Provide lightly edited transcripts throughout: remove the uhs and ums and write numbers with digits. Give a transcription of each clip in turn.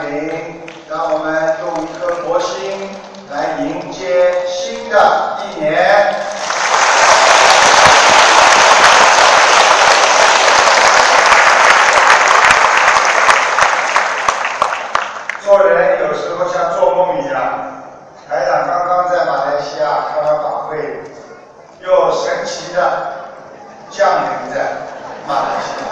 请，让我们用一颗佛心来迎接新的一年。做人有时候像做梦一样，台长刚刚在马来西亚开完法会，又神奇的降临在马来西亚。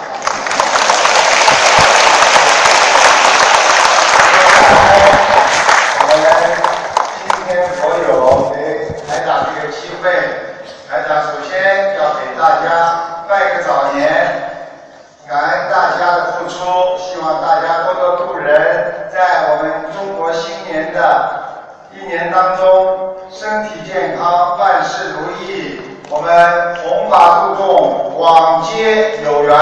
我们今天所有给台长这个机会，台长首先要给大家拜个早年，感恩大家的付出，希望大家多多度人，在我们中国新年的一年当中，身体健康，万事如意，我们弘法度众，广结有缘。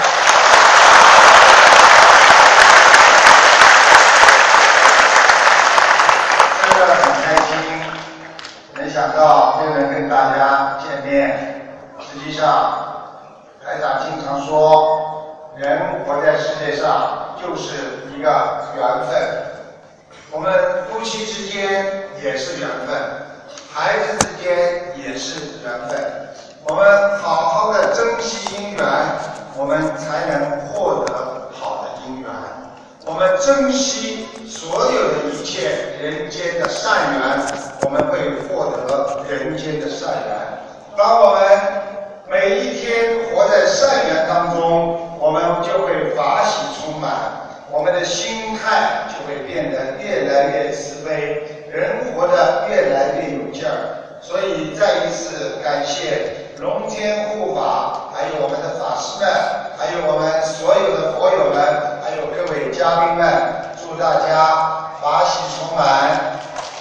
真的很开心，没想到又能跟大家见面。实际上，台长经常说，人活在世界上就是一个缘分。我们夫妻之间也是缘分，孩子之间也是缘分。我们好好的珍惜姻缘，我们才能获得好的姻缘。我们珍惜所有的一切人间的善缘，我们会获得人间的善缘。当我们每一天活在善缘当中，我们就会法喜充满，我们的心态就会变得越来越慈悲，人活得越来越有劲儿。所以再一次感谢龙天护法，还有我们的法师们，还有我们所有的佛友们，还有各位嘉宾们，祝大家法喜充满。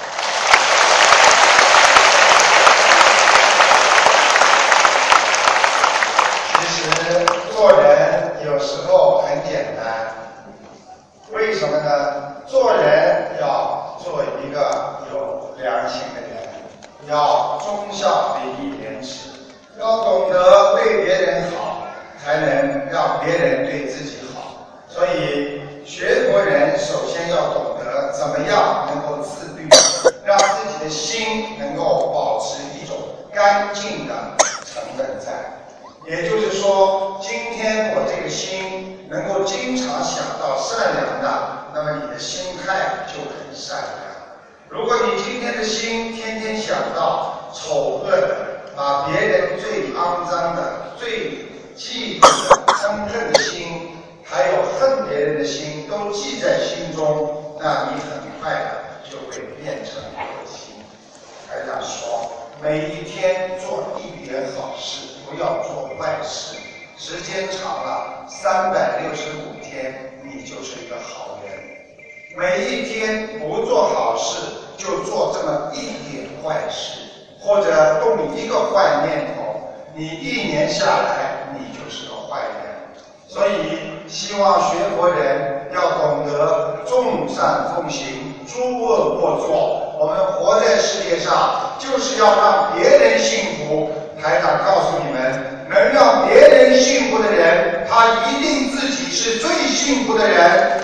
其实做人有时候很简单，为什么呢？做人要做一个有良心的人，要忠孝礼义廉耻，要懂得对别人好，才能让别人对自己好。所以学佛人首先要懂得怎么样能够自律，让自己的心能够保持一种干净的成分在。也就是说，今天我这个心能够经常想到善良的，那么你的心态就很善良。如果你今天的心天天想到丑恶的，把别人最肮脏的、最嫉妒的、憎恨的心，还有恨别人的心都记在心中，那你很快的就会变成恶心。台长说，每一天做一点好事，不要做坏事，时间长了，365天，你就是一个好人。每一天不做好事，就做这么一点坏事，或者动一个坏念头，你一年下来，你就是个坏人。所以，希望学佛人要懂得众善奉行，诸恶莫作。我们活在世界上，就是要让别人幸福。台长告诉你们，能让别人幸福的人，他一定自己是最幸福的人。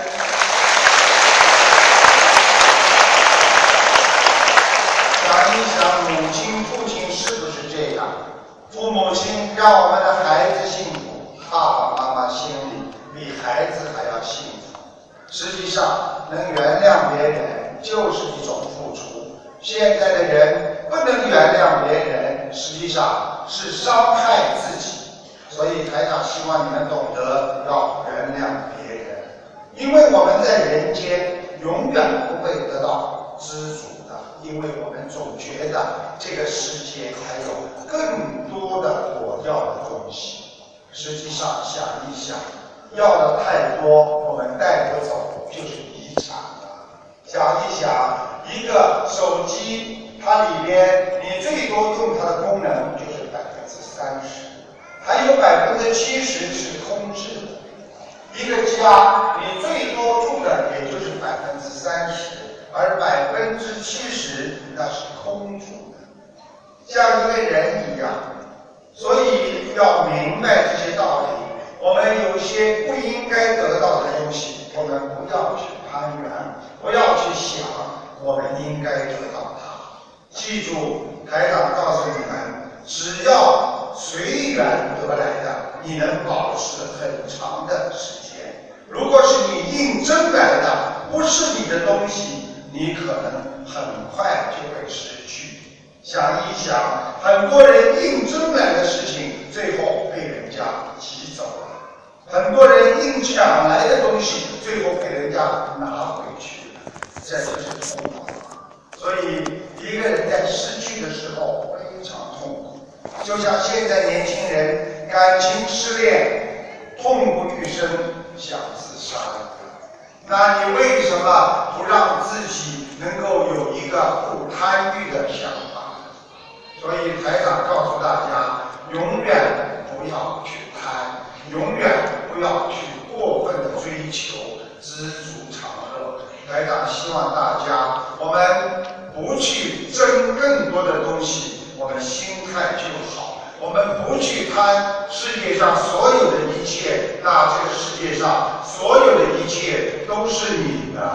想一想，母亲、父亲是不是这样？父母亲让我们的孩子幸福，爸爸妈妈心里比孩子还要幸福。实际上，能原谅别人就是一种付出。现在的人不能原谅别人，实际上是伤害自己。所以台长希望你们懂得要原谅别人，因为我们在人间永远不会得到知足的，因为我们总觉得这个世界还有更多的我要的东西。实际上想一想，要的太多，我们带不走就是遗产了。想一想，一个手机，它里边你最多用它的功能就是30%，还有70%是空置的。一个家，你最多住的也就是30%，而70%那是空住的，像一个人一样。所以要明白这些道理，我们有些不应该得到的东西， 我们不要去攀缘，不要去想我们应该得到它。记住，台长告诉你们，只要随缘得来的，你能保持很长的时间。如果是你应征来的，不是你的东西，你可能很快就会失去。想一想，很多人应征来的事情，最后被人家挤走了；很多人硬抢来的东西，最后被人家拿回去了。这就是痛苦。所以，一个人在失去的时候非常痛苦。就像现在年轻人感情失恋，痛不欲生，想自杀了。那你为什么不让自己能够有一个不贪欲的想法？所以台长告诉大家，永远不要去贪，永远不要去过分的追求，知足常乐。台长希望大家，我们不去争更多的东西，我们心态就好。我们不去贪世界上所有的一切，那这个世界上所有的一切都是你的。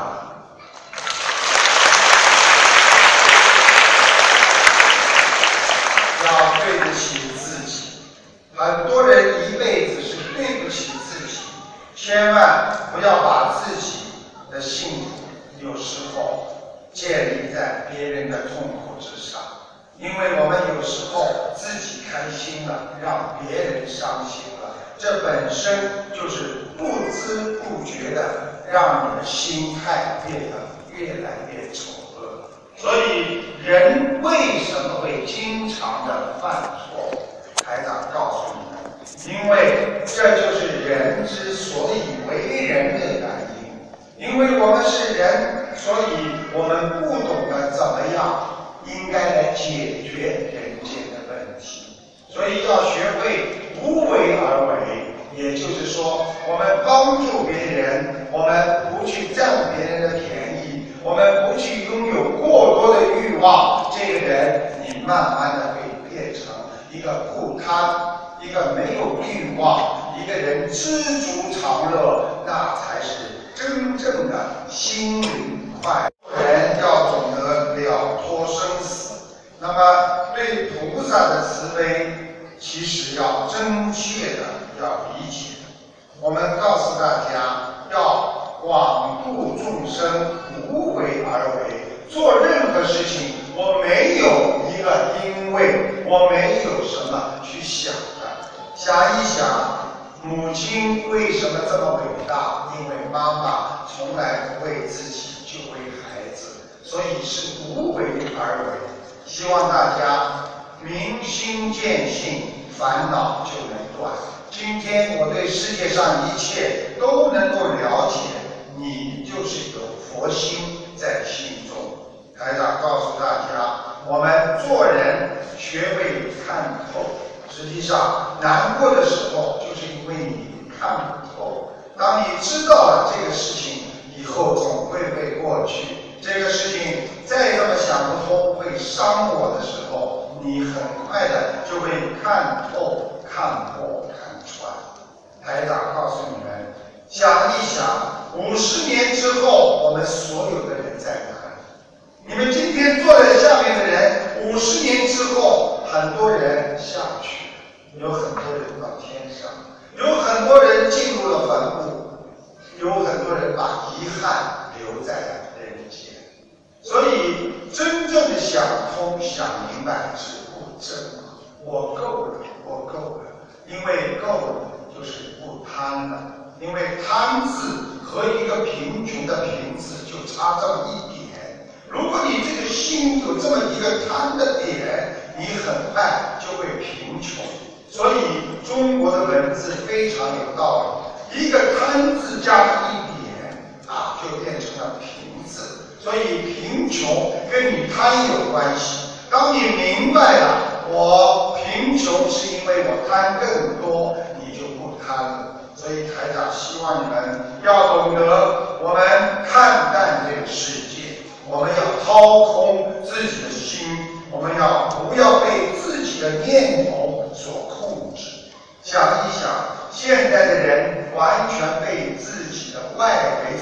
要对得起自己，很多人一辈子是对不起自己，千万不要把自己的幸福有时候建立在别人的痛苦之上。因为我们有时候自己开心了，让别人伤心了，这本身就是不知不觉的让你的心态变得越来越丑恶。所以人为什么会经常的犯错？台长告诉你们，因为这就是人之所以为人的原因。因为我们是人，所以我们不懂得怎么样应该来解决人间的问题，所以要学会无为而为。也就是说，我们帮助别人，我们不去占别人的便宜，我们不去拥有过多的欲望，这个人你慢慢的会变成一个不贪，一个没有欲望，一个人知足常乐，那才是真正的心灵快乐。人要懂得了脱生死，那么对菩萨的慈悲，其实要真切的要理解。我们告诉大家，要广度众生，无为而为。做任何事情，我没有一个因为，我没有什么去想的。想一想，母亲为什么这么伟大？因为妈妈从来不为自己，就为孩子，所以是无为而为。希望大家明心见性，烦恼就能断。今天我对世界上一切都能够了解，你就是有佛心在心中。台长告诉大家，我们做人学会看透，实际上难过的时候就是因为你看不透。当你知道了这个事情以后，总会过去。这个事情再这么想不通，会伤我的时候，你很快的就会看透、看破、看穿。台长告诉你们，想一想，50年之后，我们所有的人在哪里？你们今天坐在下面的人，50年之后，很多人下去，有很多人到天上，有很多人进入了坟墓，有很多人把遗憾留在了人间。所以真正的想通想明白是不争，我够了，我够了。因为够了就是不贪了，因为贪字和一个贫穷的贫字就差这么一点。如果你这个心有这么一个贪的点，你很快就会贫穷。所以中国的文字非常有道理，一个贪字加上一点就变成了贫字。所以贫穷跟你贪有关系。当你明白了我贫穷是因为我贪更多，你就不贪了。所以台长希望你们要懂得，我们看淡这个世界，我们要掏空自己的心，我们不要被自己的念头所控制。想一想，现在的人完全被自己的外围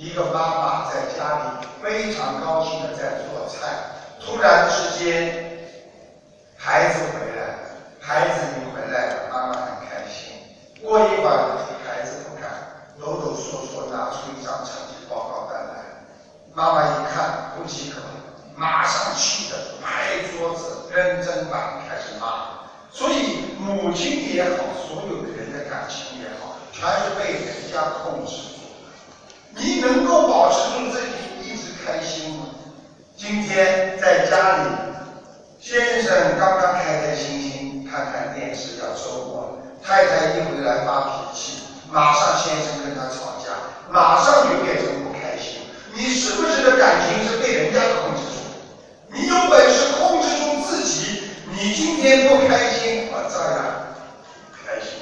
一个妈妈在家里非常高兴的在做菜，突然之间孩子回来了，孩子你回来了，妈妈很开心。过一会儿孩子不敢，抖抖嗦嗦拿出一张成绩报告单来，妈妈一看不及格，马上气得拍桌子，扔砧板开始骂。所以母亲也好，所有的人的感情也好，全是被人家控制住的。你能够保持住自己一直开心吗？今天在家里，先生刚刚开开心心看看电视，要周末了，太太一回来发脾气，马上先生跟他吵架，马上就变成不开心。你是不是的感情是被人家控制住的？你有本事控制住自己，你今天不开心，我照样开心。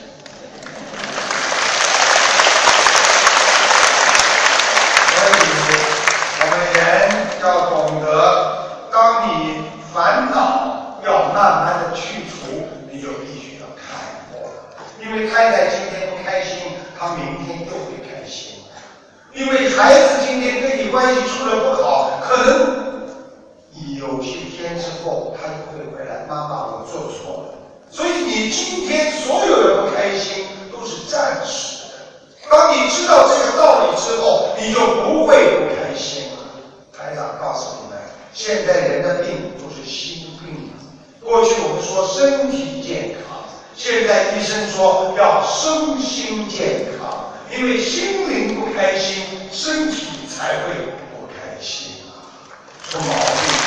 所以我们人要懂得，当你烦恼要慢慢的去除，你就必须要开阔。因为太太今天不开心，她明天又会开心。因为孩子今天跟你关系处得不好，可能你有些天之后，他就会回来，妈妈我做错了。所以你今天所有的不开心都是暂时的。当你知道这个道理之后，你就不会不开心了。台长告诉你们，现在人的病都是心病。过去我们说身体健康，现在医生说要身心健康，因为心灵不开心，身体才会不开心，出毛病。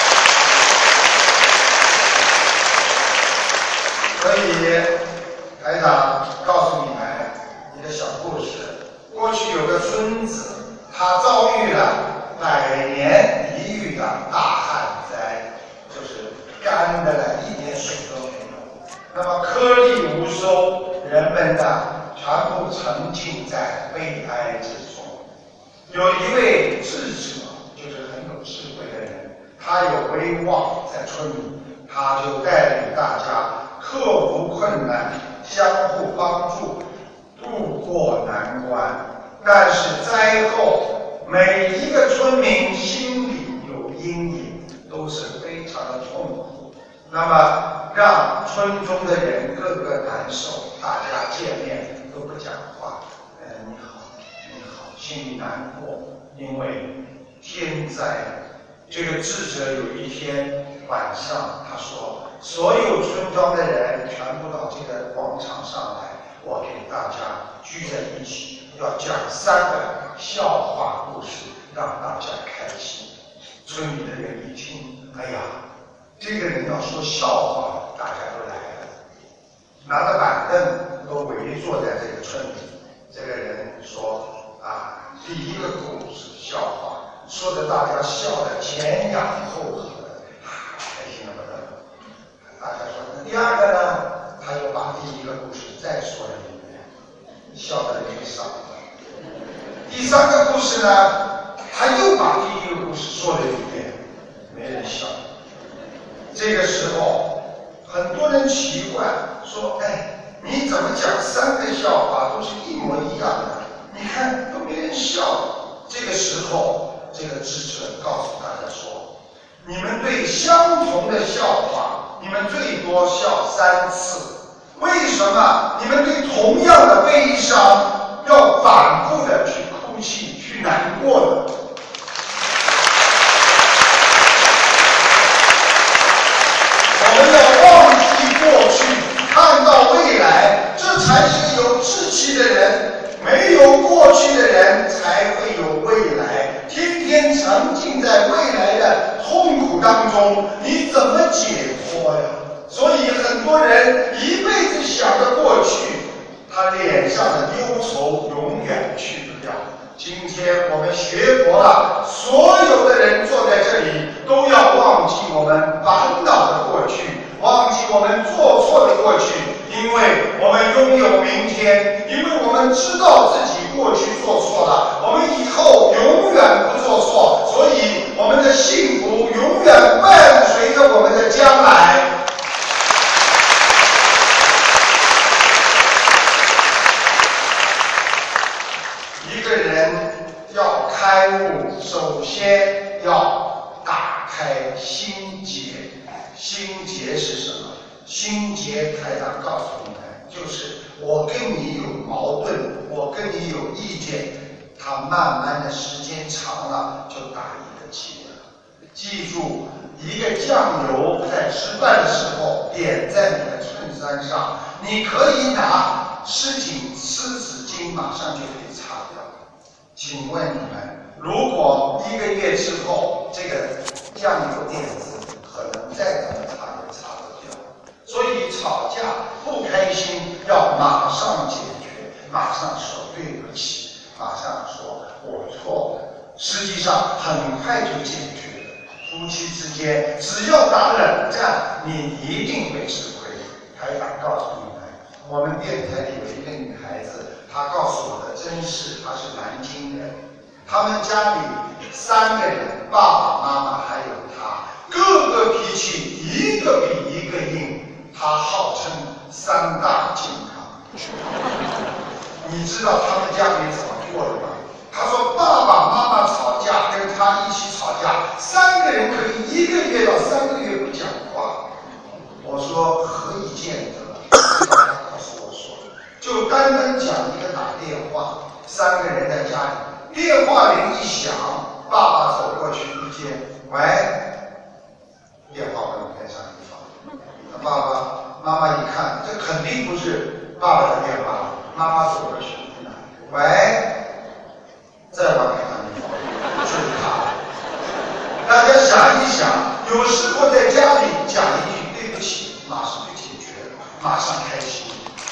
所以台长告诉你们一个小故事。过去有个孙子，他遭遇了100年一遇的大旱灾，就是干的了，一点水都没有。那么颗粒无收，人们呢全部沉浸在悲哀之中。有一位智者，就是很有智慧的人，他有威望在村里，他就带领大家克服困难，相互帮助，渡过难关。但是灾后，每一个村民心里有阴影，都是非常的痛苦。那么让村中的人个个难受，大家见面都不讲话。你好，你好，心里难过，因为天灾。这个智者有一天晚上，他说：“所有村庄的人全部到这个广场上来，我给大家聚在一起，要讲3个笑话故事，让大家开心。”村里的人一听，哎呀，这个人要说笑话，大家都来了，拿着板凳都围坐在这个村里。这个人说：“第一个故事笑话。”说的大家笑得前仰后合的，开心的不得了。大家说那第二个呢？他又把第一个故事再说了一遍，笑的人少了。第3个故事呢，他又把第一个故事说了一遍，没人笑。这个时候，很多人奇怪说：“哎，你怎么讲3个笑话都是一模一样的？你看都没人笑。”这个时候。这个智者告诉大家说：“你们对相同的笑话，你们最多笑3次。为什么你们对同样的悲伤，要反复的去哭泣、去难过呢？”我们要忘记过去，看到未来，这才是有志气的人。没有过去的人才会有未来，天天沉浸在未来的痛苦当中，你怎么解脱呀？所以很多人一辈子想着过去，他脸上的忧愁永远去不掉。今天我们学佛了，所有的人坐在这里都要忘记我们烦恼的过去，忘记我们做错的过去，因为我们拥有明天，因为我们知道自己过去做错了，我们以后永远不做错，所以我们的幸福永远伴随着我们的将来。一个人要开悟，首先要打开心结。心结是什么？心结台长告诉你们，就是我跟你有矛盾，我跟你有意见，它慢慢的时间长了就打一个结了。记住，一个酱油在吃饭的时候点在你的衬衫上，你可以拿湿纸巾马上就可以擦掉。请问你们，如果1个月之后这个酱油点子可能再怎么擦也擦不掉。所以吵架不开心要马上解决，马上说对不起，马上说我错了，实际上很快就解决了。夫妻之间只要打冷战，你一定会吃亏。台长告诉你们，我们电台里有一个女孩子，她告诉我的真事，她是南京人，他们家里3个人，爸爸妈妈还有她，个个脾气一个比一个硬，她号称3大金刚。你知道他们家里怎么过的吗？他说爸爸妈妈吵架，跟他一起吵架，3个人可以1个月到3个月不讲话。我说何以见得？他告诉我说，就单讲一个打电话，3个人在家里，电话铃一响，爸爸走过去一接，喂，电话不能开上一放。爸爸妈妈一看，这肯定不是爸爸的电话，妈妈走过去，喂，再往开上一放，就是他。大家想一想，有时候在家里讲一句对不起，马上就解决了，马上开心。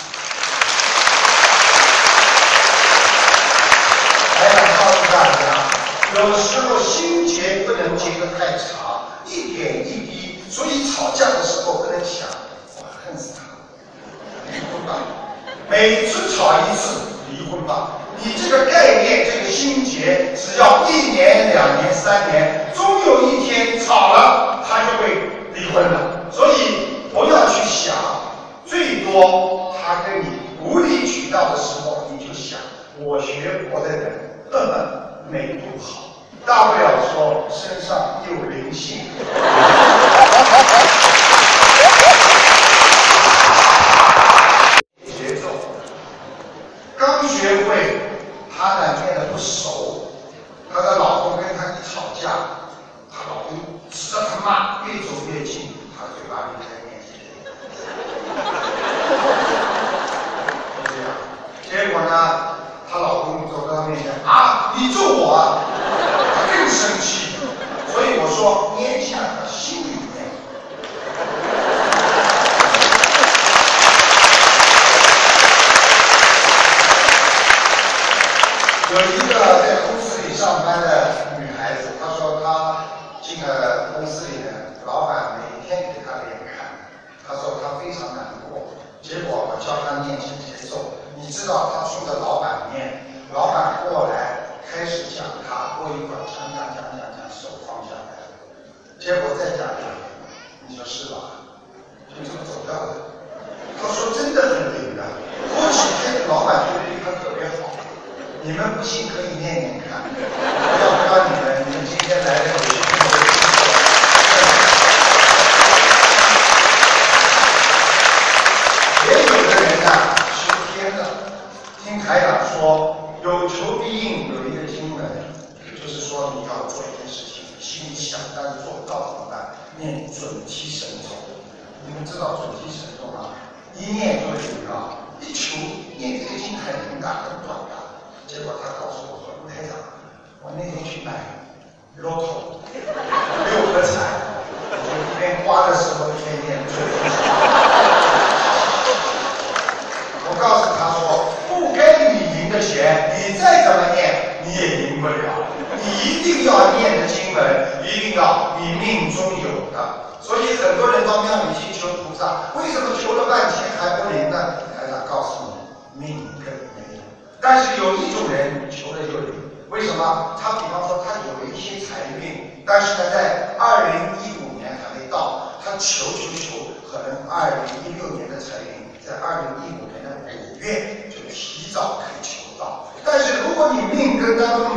还想告诉大家，有时候心结不能结得太长，一点一滴，所以吵架的时候不能想，我恨死他，离婚吧，每次吵一次，离婚吧。你这个概念，这个心结，只要1年、2年、3年，终有一天吵了，他就会离婚了。所以不要去想，最多他跟你无理取闹的时候，你就想，我学佛的人没读好，大不了说身上有灵性。节奏刚学会，她呢变得不熟，她的老公跟她一吵架，她老公指着她骂，越走越近，她嘴巴里在念这样，结果呢，她老公走到她面前啊，你揍我啊，她更生气，所以我说念下她心里面。有一个在公司里上班的女孩子，她说她进了公司里呢，老板每天给她脸看，她说她非常难过。结果我教她念心节奏，你知道她冲着老板念，老板过来开始讲她，过一会儿讲，手放下来，结果再讲，你说是吧？就这么走掉了。她说真的很灵的，过几天老板就对她特别好。你们不信可以念念看，要不然你们今天来的有些也有的人呢修天的，听台长说有求必应，有一个经文，就是说你要做一件事情，心里想但是做不到怎么办？念准提神咒。你们知道准提神咒吗？一念就灵了，一求念这个经很灵的，很短的。结果他告诉我说：“台长，我那天去买loto6合彩，我就一边刮的时候一边念准提神咒。”我告诉他说：“不该你赢的钱，你再怎么念你也赢不了。你一定要念的经文，一定要你命中有的。所以很多人到庙里去求菩萨，为什么求了半天还不灵呢？台长告诉你，命根没有。但是有一种人求了就灵，为什么？他比方说他有一些财运，但是呢，在2015年还没到，他求，可能2016年的财运，在2015年的5月就提早可以求到。但是如果你命根当中没有的，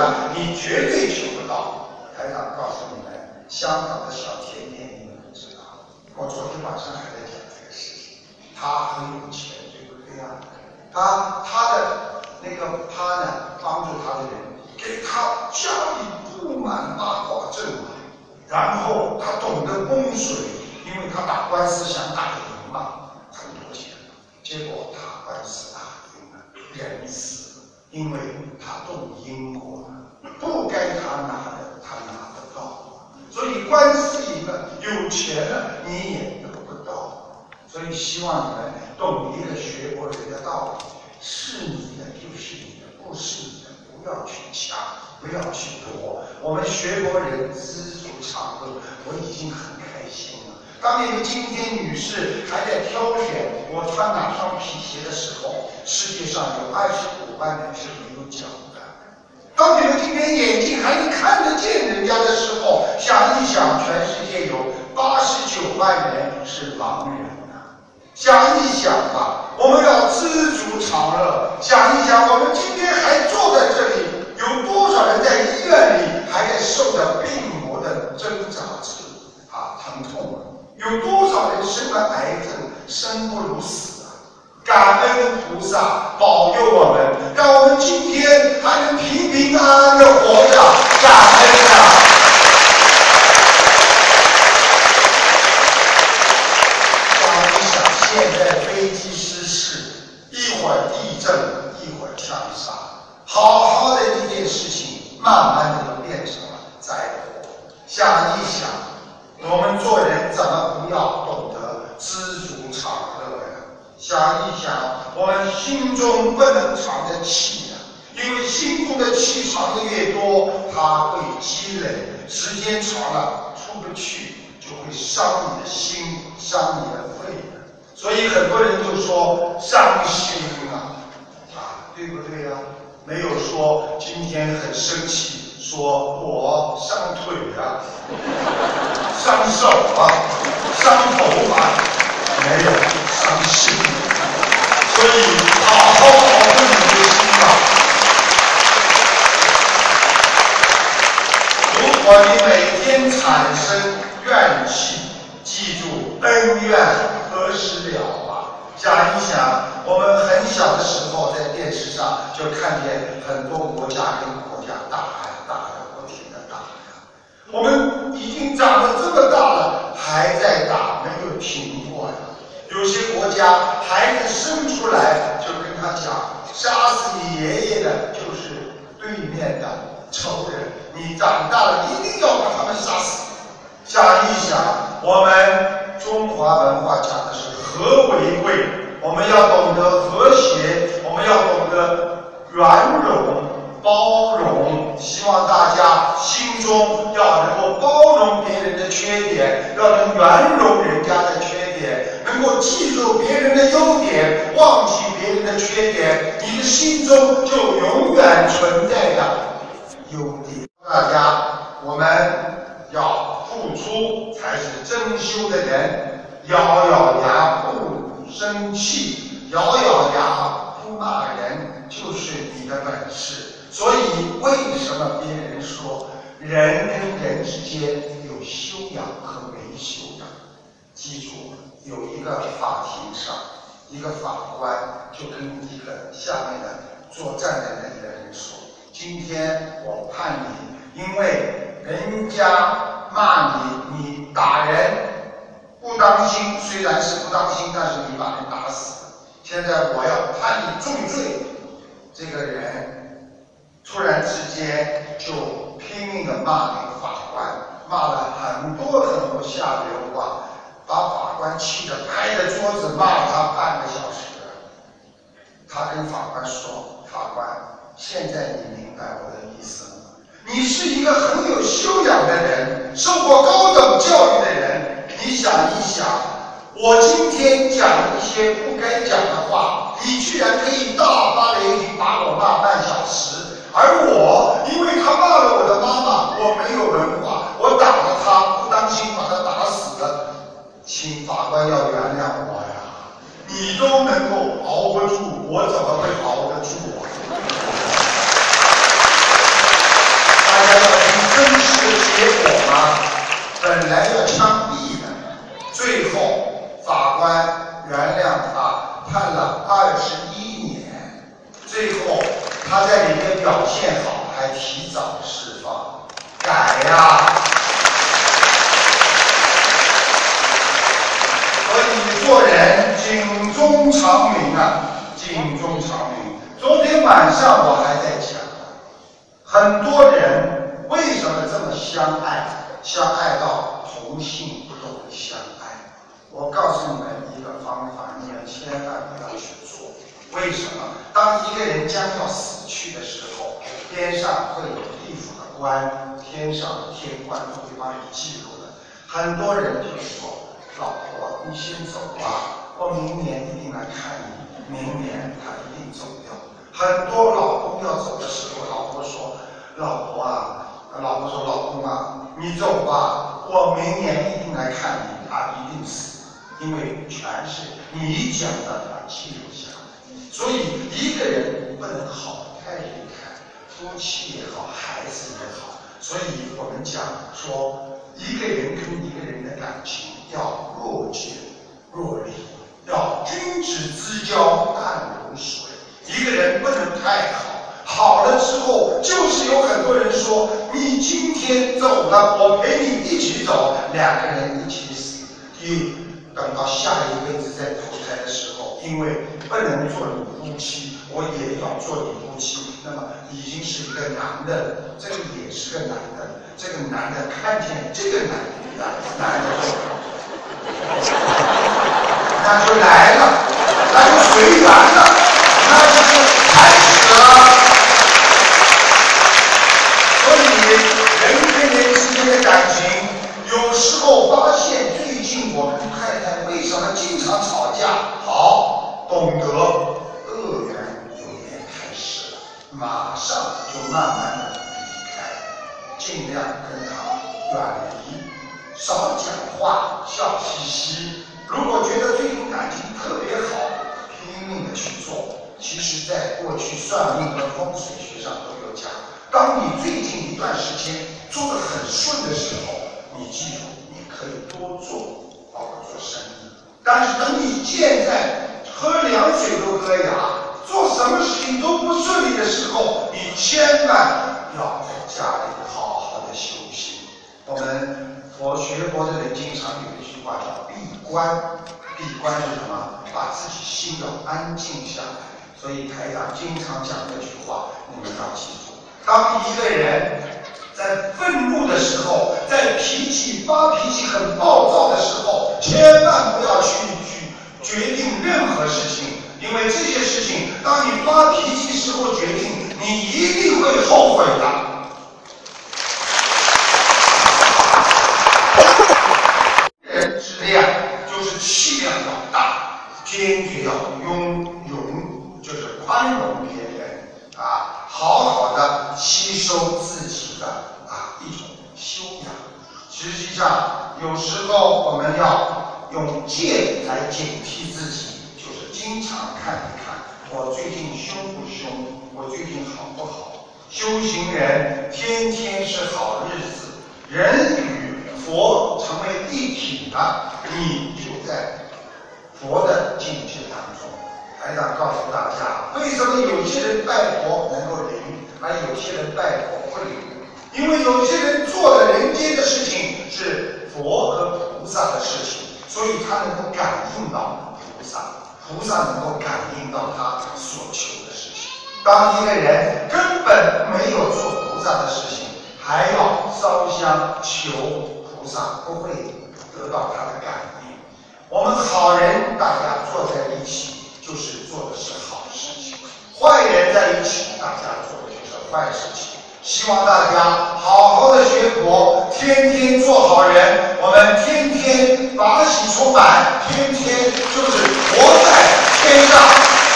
的，你绝对求不到。台长告诉你们，香港的小甜甜你们不知道，我昨天晚上还在讲这个事情。他很有钱，对不对呀？他的那个partner帮助他的人，给他家里布满八卦阵啊，然后他懂得风水，因为他打官司想打赢嘛，很多钱，结果他官司打赢了，人死了，因为他动因果了，不该他拿的他拿得到，所以官司赢了，有钱了你也得不到。所以希望你们懂一个学佛人的道理，是你的就是你的，不是你的不要去抢，不要去夺。我们学佛人知足常乐，我已经很开心了。当你们今天女士还在挑选我穿哪双皮鞋的时候，世界上有25万人是没有脚的。当你们今天眼睛还能看得见人家的时候，想一想，全世界有89万人是盲人。想一想吧，我们要知足常乐。想一想，我们今天还坐在这里，有多少人在医院里还在受着病魔的挣扎疼痛？有多少人生了癌症，生不如死啊？感恩菩萨保佑我们，让我们今天还能平平安安的活着，感恩啊！现在飞机失事，一会儿地震，一会儿枪杀，好好的一件事情，慢慢的就变成了灾祸。想一想，我们做人怎么不要懂得知足常乐呀？想一想，我们心中不能藏着气呀，因为心中的气藏的越多，它会积累，时间长了出不去，就会伤你的心，伤你的肺。所以很多人就说伤心对不对呀？没有说今天很生气，说我伤腿伤手伤头发，没有伤心。所以好好保护你的心吧。如果你每天产生怨气，记住恩怨何时了啊？想一想，我们很小的时候在电视上就看见很多国家跟国家打呀，不停的打呀。我们已经长得这么大了，还在打，没有停过呀。有些国家孩子生出来就跟他讲，杀死你爷爷的就是对面的仇人，你长大了一定要把他们杀死。想一想，我们中华文化讲的是和为贵，我们要懂得和谐，我们要懂得圆融包容，希望大家心中要能够包容别人的缺点，要能圆融人家的缺点，能够记住别人的优点，忘记别人的缺点，你的心中就永远存在着优点。大家，我们要付出才是真修的人，咬咬牙不生气，咬咬牙不骂人，就是你的本事。所以为什么别人说人跟人之间有修养和没修养？记住，有一个法庭上，一个法官就跟一个下面的作战的那个人说，今天我判你，因为人家骂你，你打人不当心，虽然是不当心，但是你把人打死了，现在我要判你重罪。这个人突然之间就拼命的骂那个法官，骂了很多下流话，把法官气得拍着桌子骂他半个小时。他跟法官说，法官，现在你明白我的意思了吗？你是一个很有修养的人，受过高等教育的人，你想一想，我今天讲一些不该讲的话，你居然可以大发雷霆把我骂半小时，而我因为他骂了我的妈妈，我没有文化，我打了他，不当心把他打死了，请法官要原谅我呀！你都能够熬不住，我怎么会熬得住啊？ 来要枪毙的，最后法官原谅他，判了21年。最后他在里面表现好，还提早释放，改呀！所以做人警钟长鸣啊，警钟长鸣。昨天晚上我还在讲，很多人为什么这么相爱，相爱到同性不懂得相爱。我告诉你们一个方法，你们千万不要去做。为什么？当一个人将要死去的时候，边上会有地府的官，天上的天官都会帮你记录的。很多人就说：“老婆，你先走吧，我明年一定来看你。”明年他一定走掉。很多老公要走的时候，老婆说：“老婆啊，老婆说老公啊，你走吧，我明年一定来看你。”他一定死，因为全是你讲的，他记录下来。所以一个人不能好太离开，夫妻也好，孩子也好。所以我们讲说，一个人跟一个人的感情要若即若离，要君子之交淡如水。一个人不能太好，好了之后，就是有很多人说，你今天走了，我陪你一起走，两个人一起死。等到下一辈子再投胎的时候，因为不能做你夫妻，我也要做你夫妻，那么已经是一个男的，这个也是个男的，这个男的看见这个男的那就来了，那就随缘了，那就是开始了。所以人跟人之间的感情，有时候发现最近我跟太太为什么经常吵架？好，懂得恶缘有点开始了，马上就慢慢的离开，尽量跟他远离，少讲话，笑嘻嘻。如果觉得最近感情特别好，拼命的去做。其实在过去算命和风水学上都有讲，当你最近一段时间做得很顺的时候，你记住，你可以多做，包括做生意。但是等你现在喝凉水都硌牙，做什么事情都不顺利的时候，你千万要在家里好好的修行。我们学佛的人经常有一句话叫闭关，闭关是什么？把自己心要安静下来。所以台长经常讲这句话，你们要记住。当一个人在愤怒的时候，在发脾气很暴躁的时候，千万不要去决定任何事情，因为这些事情，当你发脾气时候决定，你一定会后悔的。人之量就是气量要大，坚决要勇，就是宽容别人啊，好好的吸收自己的一种修养。实际上，有时候我们要用戒来警惕自己，就是经常看一看我最近凶不凶，我最近好不好。修行人天天是好日子，人与佛成为一体的，你就在佛的境界当中。台长告诉大家，为什么有些人拜佛能够灵，而有些人拜佛不灵？因为有些人做的人间的事情是佛和菩萨的事情，所以他能够感应到菩萨，菩萨能够感应到他所求的事情。当一个人根本没有做菩萨的事情，还要烧香求菩萨，不会得到他的感应。我们好人大家坐在一起，就是做的是好事情；坏人在一起，大家做的就是坏事情。希望大家好好的学佛，天天做好人，我们天天法喜充满，天天就是活在天上。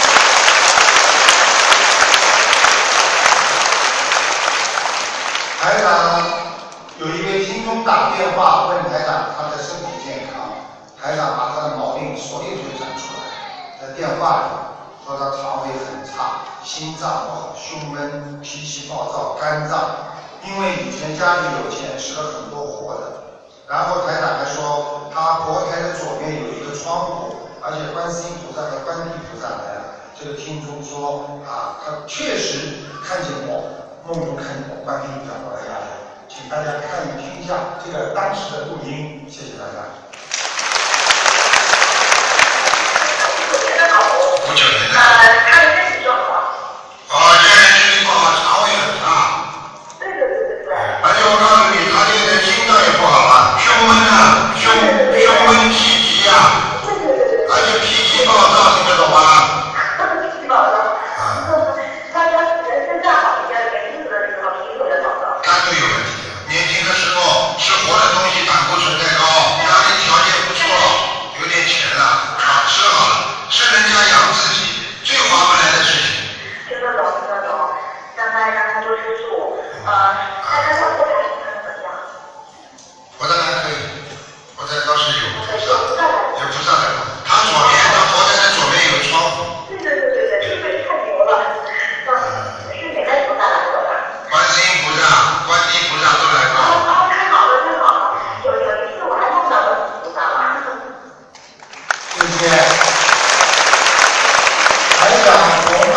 台长有一位听众打电话问台长他的身体健康，台长把他的毛病所有都讲出来，在电话里说他肠胃很差，心脏不好，胸闷，脾气暴躁，肝脏。因为以前家里有钱，吃了很多活的， 然后台长还说，他佛台的左面有一个窗户，而且观世音菩萨和观地菩萨来了。这个听众说啊，他确实看见我，梦中看见我观世音菩萨过来下来，请大家看一听一下这个当时的录音，谢谢大家。 不久年的。他的身体状况。现在身体不好，肠胃很大。 对。 而且我告诉你，他现在心脏也不好啊，胸闷啊，胸闷气急啊。而且脾气暴躁，听得懂吗？ 脾气暴躁。他身上好一点，年轻的时候脾气特别暴躁。 那就有问题了。年轻的时候吃活的东西，胆固醇太高，家里条件不错，有点钱了，好吃好了，是人家养自己最划不来的事情。 听得懂。让他多吃素。他的佛台怎么样？ 佛台还可以，佛台倒是有菩萨，有菩萨的。他佛台的左边有窗户。 对，这个太牛了。是哪位菩萨来过的？ 观世音菩萨、观地菩萨都来过。 太好了。有一次我还梦到观世音菩萨了。 谢谢。台长从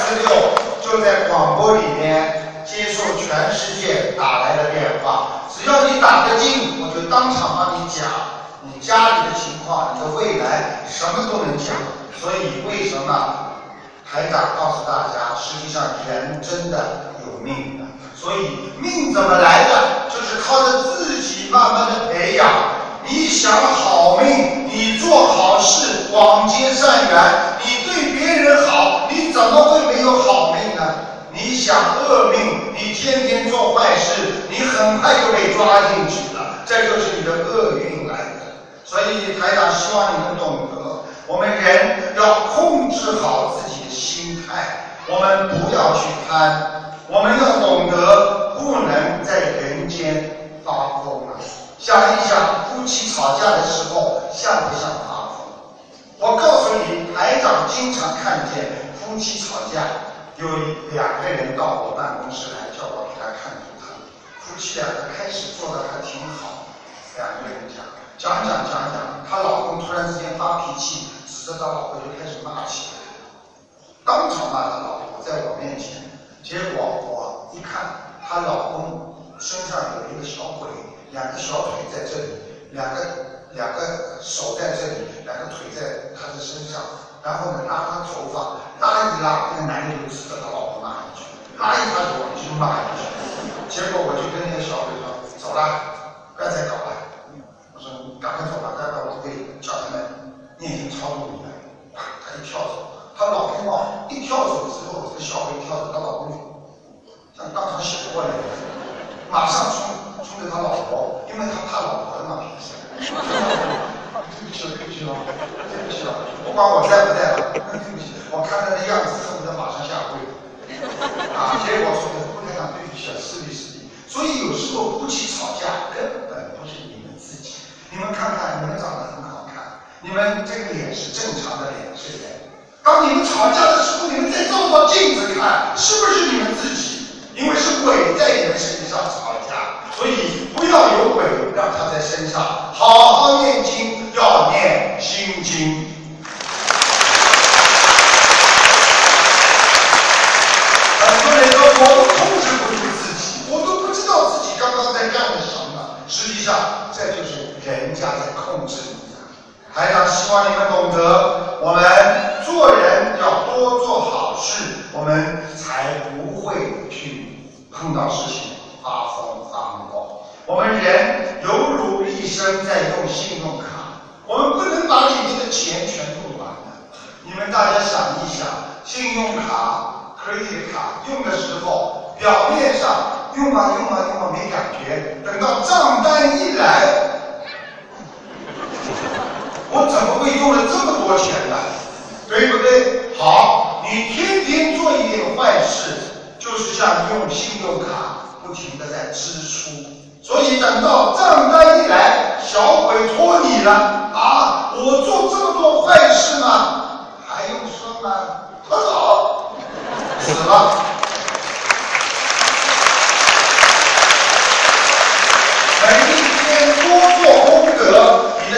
246就在广播里面接受全世界打来的电话，只要你打得进，我就当场帮你讲你家里的情况，你的未来，什么都能讲。所以为什么台长告诉大家，实际上人真的有命的，所以命怎么来的，就是靠着自己慢慢的培养。你想好命，你做好事，广结善缘，你对别人好，你怎么会没有好命呢？你想恶命，你天天做坏事，你很快就被抓进去了，这就是你的厄运来的。所以台长希望你们懂得，我们人要控制好自己的心态，我们不要去贪，我们要懂得不能在人间发疯了。想一想，夫妻吵架的时候像不像发疯？我告诉你，台长经常看见夫妻吵架，有两个人到我办公室来，叫我给他看图腾。夫妻两个开始做的还挺好，两个人讲，她老公突然之间发脾气，指着她老婆就开始骂起来，当场骂她老婆，在我面前。结果我一看，她老公身上有一个小鬼，两个小腿在这里，两个手在这里，两个腿在他的身上，然后呢拉他头发，拉一拉，那个男的就指着他老婆骂一句，拉一他头就骂一句。结果我就跟那个小鬼说，走了，不要再搞了。我说你赶快走吧，待会儿我会叫他们念经超度你的。他一跳走，他老公一跳走之后，这个小鬼跳走，他老公像当场醒过来了，马上冲着他老婆，因为他怕老婆的嘛，平时。对不起了，不管我在不在了，对不起，我看他的样子，恨不得马上下跪。结果说的不太对不起了，是的。所以有时候夫妻吵架根本不是你们自己。你们看看，你们长得很好看，你们这个脸是正常的脸，是人。当你们吵架的时候，你们再照照镜子看，是不是你们自己？因为是鬼在你们身上吵架，所以不要有鬼让他在身上，好好念经，要念心经。很多人说我都控制不住自己，我都不知道自己刚刚在干了什么，实际上这就是人家在控制你。台长希望你们懂得，我们做人要多做好事，我们才不会去碰到事情发疯发魔。我们人犹如一生在用信用卡，我们不能把里面的钱全用完的。你们大家想一想，信用卡、credit 卡用的时候，表面上用啊没感觉，等到账单一来，我怎么会用了这么多钱呢？对不对？好，你天天做一点坏事，就是像用信用卡不停地在支出，所以等到账单一来，小鬼拖你了我做这么多坏事吗？还用说吗？他走，死了。每一天多做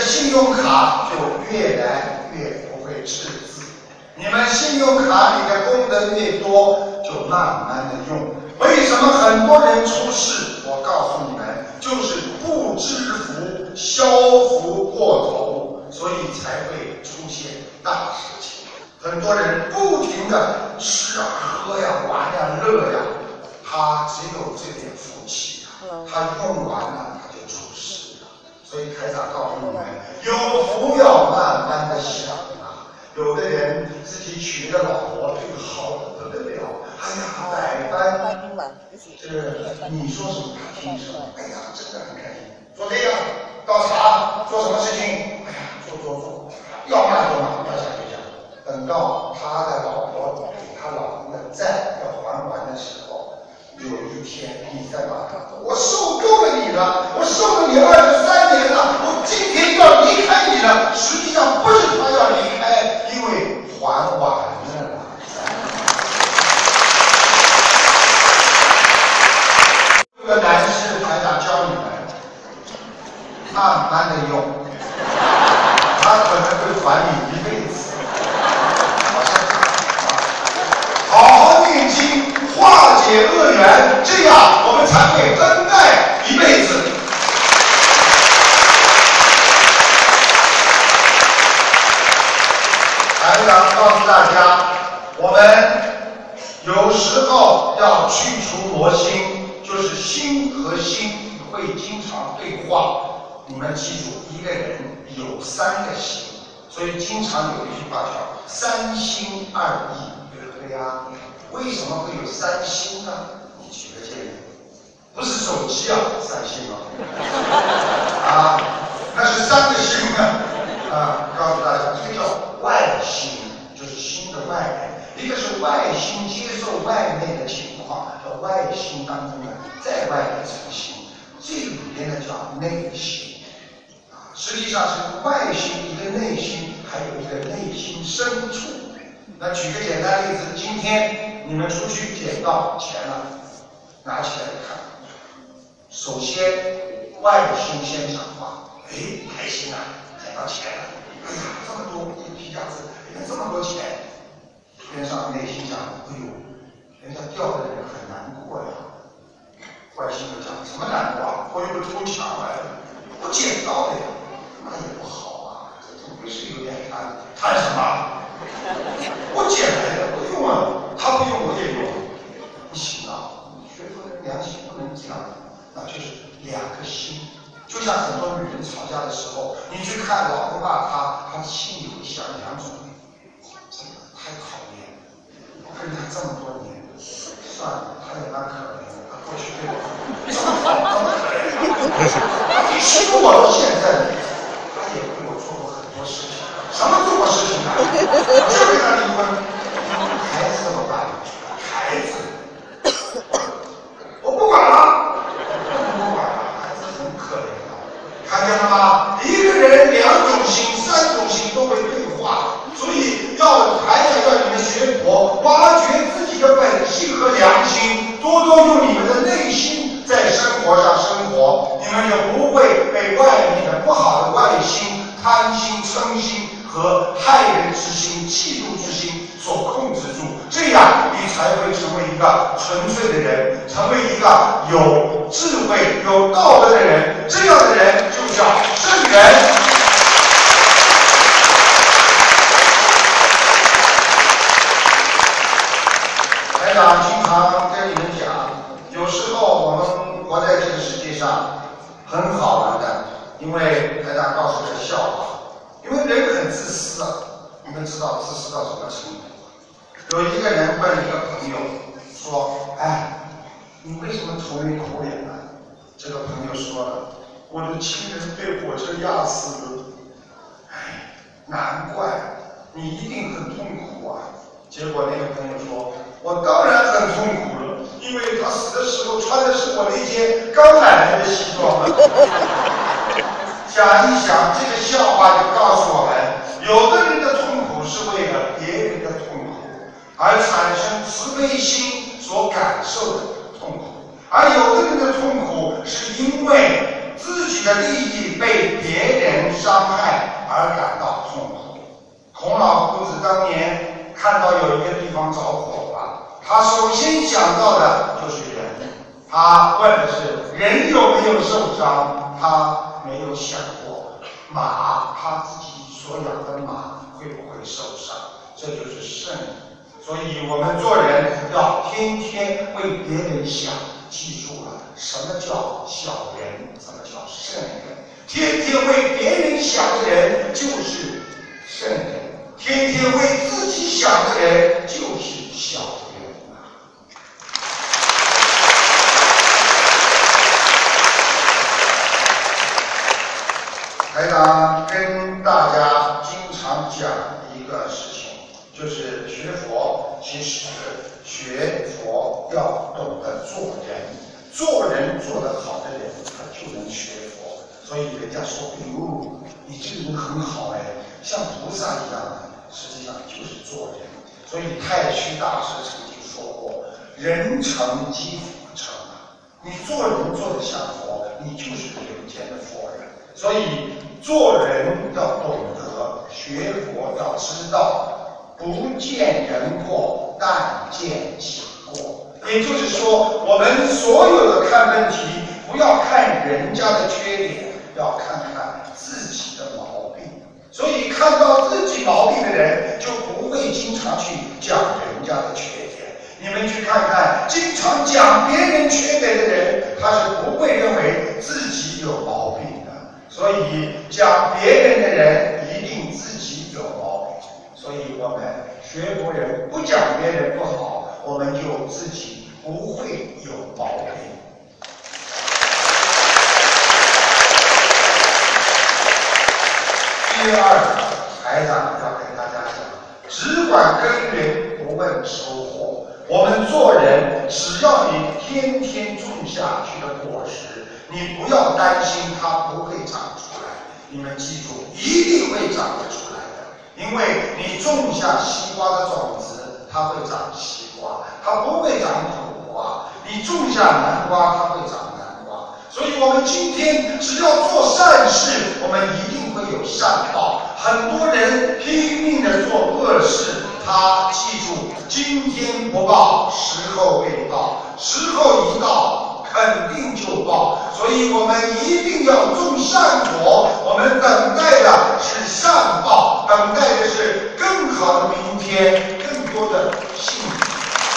信用卡就越来越不会赤字。你们信用卡里的功能越多，就慢慢的用。为什么很多人出事？我告诉你们，就是不知福，消福过头，所以才会出现大事情。很多人不停的吃啊、喝呀、玩呀、乐呀，他只有这点福气啊，他用完了他就出事了。所以台长告诉你们，有福要慢慢的享啊。有的人自己娶个老婆，这个好的不得了，哎呀，百般，这个你说什么他听什么，哎呀，真的很开心。做这个倒茶，做什么事情，哎呀，做，要骂就骂，要讲就讲。等到他的老婆给他老公的债要还完的时候，有一天你再骂他，我受够了你了，我受了你23年了，我今天要离开你了。实际上不是他要离开，因为还完了。这个男士台长教你们，慢慢的用，他可能会还你一辈子。好好念经，化解恶缘，这样我们才会恩爱一辈子。台长告诉大家，我们有时候要去除魔心，就是心和心会经常对话。你们记住，一个人有3个心，所以经常有一句话叫3心2意，对不对呀？为什么会有3心呢？你举个例子，不是手机啊，3心啊，那是3个心啊，告诉大家，这个叫外心，就是心的外面，一个是外心接受外面的情况，叫外心当中呢，在外的成心，这里边呢叫内心。实际上是外心一个内心，还有一个内心深处。那举个简单例子，今天你们出去捡到钱了，拿起来看，首先外心先讲话，哎，开心啊，捡到钱了，哎呀，这么多一皮夹子，哎呀，这么多钱。边上内心讲，哎呦，人家掉的人很难过呀。外心就讲，什么难过啊？我又不偷抢来的，我捡到的呀。那也不好啊，这总归是有点贪什么？我捡来的，我用啊，他不用我也用，不行啊！学佛人良心不能这样，那就是2个心。就像很多女人吵架的时候，你去看老公骂她的心里会想2种，真的太讨厌了，我跟他这么多年，算了，他也蛮可怜的，他过去对我这么好，这么可怜，他欺负我到现在。也为我做过很多事情，什么做过事情啊？我就跟他离婚，孩子怎么办？孩子，我不管了，孩子很可怜的，看见了吗？一个人2种心、3种心都会对话，所以还想要你们学佛，挖掘自己的本性和良心，多多用你们的内心在生活上生活，你们就不会被外面的不好的外心、贪心、嗔心和害人之心、嫉妒之心所控制住，这样你才会成为一个纯粹的人，成为一个有智慧、有道德的人。这样的人就叫圣人。台长经常跟你们讲，有时候我们活在这个世界上很好玩的，因为台长告诉个笑话，因为人很自私啊，你们知道自私到什么程度？有一个人问一个朋友说：“哎，你为什么愁眉苦脸呢？”这个朋友说了：“我的亲人被火车压死了。”哎，难怪你一定很痛苦啊。结果那个朋友说：“我当然很痛苦了，因为他死的时候穿的是我那件刚买来的西装。”想一想，这个笑话就告诉我们，有的人的痛苦是为了别人的痛苦而产生慈悲心所感受的痛苦，而有的人的痛苦是因为自己的利益被别人伤害而感到痛苦。孔老夫子当年看到有一个地方着火了，他首先想到的就是人，他问的是人有没有受伤，他没有想过马，他自己所养的马会不会受伤，这就是圣人。所以我们做人要天天为别人想，记住了什么叫小人，什么叫圣人。天天为别人想的人就是圣人，天天为自己想的人就是小人啊。台长跟大家经常讲一个事情，就是学佛，其实学佛要懂得做人，做人做得好的人，他就能学佛。所以人家说，哎呦，你这个人很好哎，像菩萨一样的，实际上就是做人。所以太虚大师曾经说过，人成即佛成啊，你做人做得像佛，你就是人间的佛人。所以做人要懂得，学佛要知道，不见人过，但见己过。也就是说，我们所有的看问题，不要看人家的缺点，要看看自己的毛病。所以看到自己毛病的人，就不会经常去讲人家的缺点。你们去看看，经常讲别人缺点的人，他是不会认为自己有毛病的。所以讲别人的人，一定自己有毛病。所以我们学佛人不讲别人不好，我们就自己不会有毛病。第二，台长要跟大家讲，只管耕耘，不问收获。我们做人，只要你天天种下去的果实，你不要担心它不会长出来。你们记住，一定会长得出来的。因为你种下西瓜的种子，它会长西瓜，它不会长苦瓜；你种下南瓜，它会长南瓜。所以我们今天只要做善事，我们一定会有善报。很多人拼命的做恶事，他记住，今天不报，时候未到，时候一到，肯定就报。所以我们一定要种善果，我们等待的是善报，等待的是更好的明天，更多的幸福。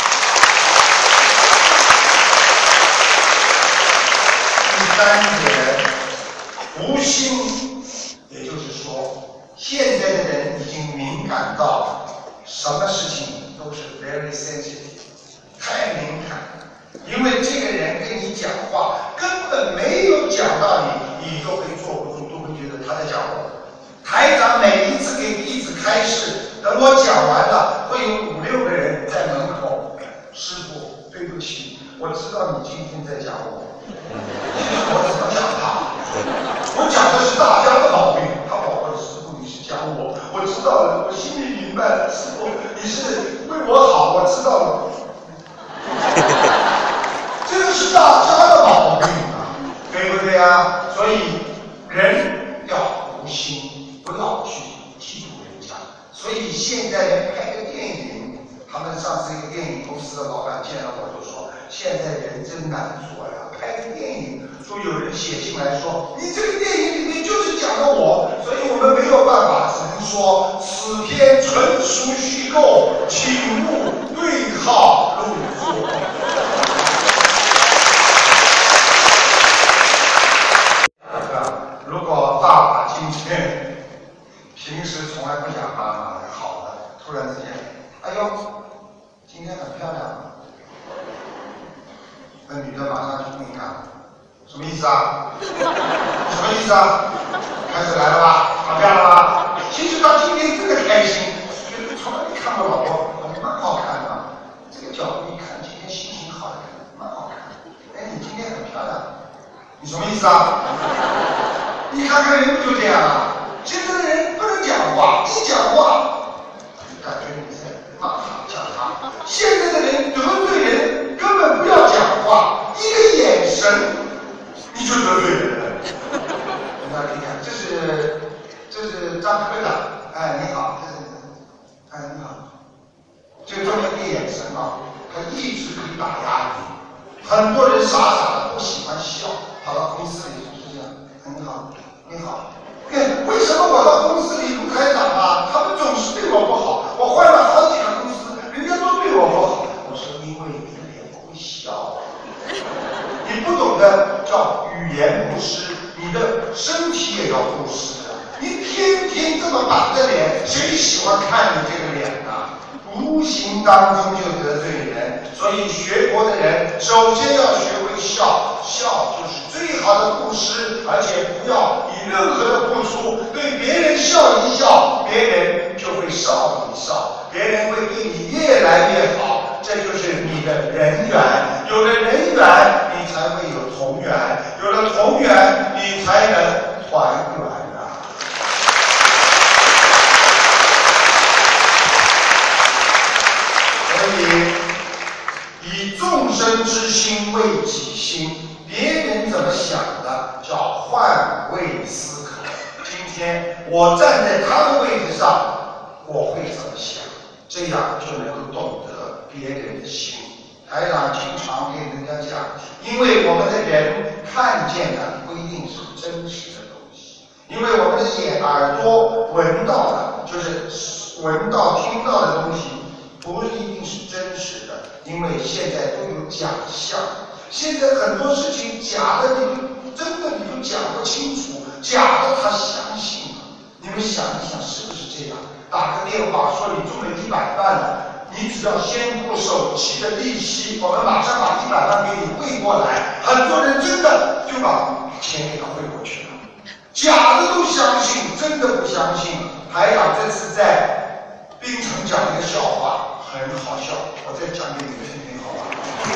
第三点，无心，也就是说，现在的人已经敏感到什么事情都是 very sensitive， 太敏感了。因为这个人跟你讲话根本没有讲到你，你都会坐不住，都会觉得他在讲我。台长每一次给弟子开示，等我讲完了，会有5、6个人在门口，师父，对不起，我知道你今天在讲我。我怎么讲他？我讲的是大家的毛病。他保护师父，你是讲我，我知道了，我心里明白了。师父，你是为我好，我知道了。这个是大家的毛病啊，对不对啊？所以人要无心，不要去嫉妒人家。所以现在人拍个电影，他们上次一个电影公司的老板见了我就说，现在人真难做呀。拍个电影，说有人写信来说，你这个电影里面就是讲的我，所以我们没有办法，只能说此片纯属虚构，请勿对号入座。如果爸爸今天平时从来不讲妈妈的好的，突然之间，哎呦，今天很漂亮。那女的马上就敏感了，什么意思啊？什么意思啊？开始来了吧？吵架了吧？其实她今天真的开心，觉得从来没看过老婆，蛮好看的。这个角度一看，今天心情好，蛮好看。哎，你今天很漂亮，你什么意思啊？你看看人不就这样啊？现在的人不能讲话，一讲话，感觉你在骂他、讲他。现在的人得罪人，根本不要讲话，一个眼神你就得罪人了。那你看，这是这是张科长，哎，你好，哎，你好，这个专门的眼神啊，他一直可以打压你。很多人傻傻的不喜欢笑，跑到公司里就是这样，哎，你好，你好。为什么我到公司里卢台长啊，他们总是对我不好？我换了好几个公司，人家都对我不好。我说因为你的脸不会笑，你不懂得叫语言不失，你的身体也要不失的。你天天这么板着脸，谁喜欢看你这个脸啊？无形当中就得罪人，所以学佛的人首先要学会笑，笑就是最好的布施，而且不要以任何的付出，对别人笑一笑，别人就会少一少，别人会对你越来越好，这就是你的人缘。有了人缘，你才会有同缘，有了同缘，你才能团圆啊。以众生之心为己心，别人怎么想的叫换位思考。今天我站在他的位置上，我会怎么想？这样就能够懂得别人的心。台长经常跟人家讲，因为我们的人看见的不一定是真实的东西，因为我们的眼、耳朵闻到的，就是闻到、听到的东西。不一定是真实的，因为现在都有假象。现在很多事情假的，你真的你都讲不清楚，假的他相信了。你们想一想，是不是这样？打个电话说你中了100万了，你只要先付首期的利息，我们马上把100万给你汇过来。很多人真的就把钱给他汇过去了，假的都相信，真的不相信。台长这次在槟城讲一个笑话。很好笑，我再讲给你们听听好吧。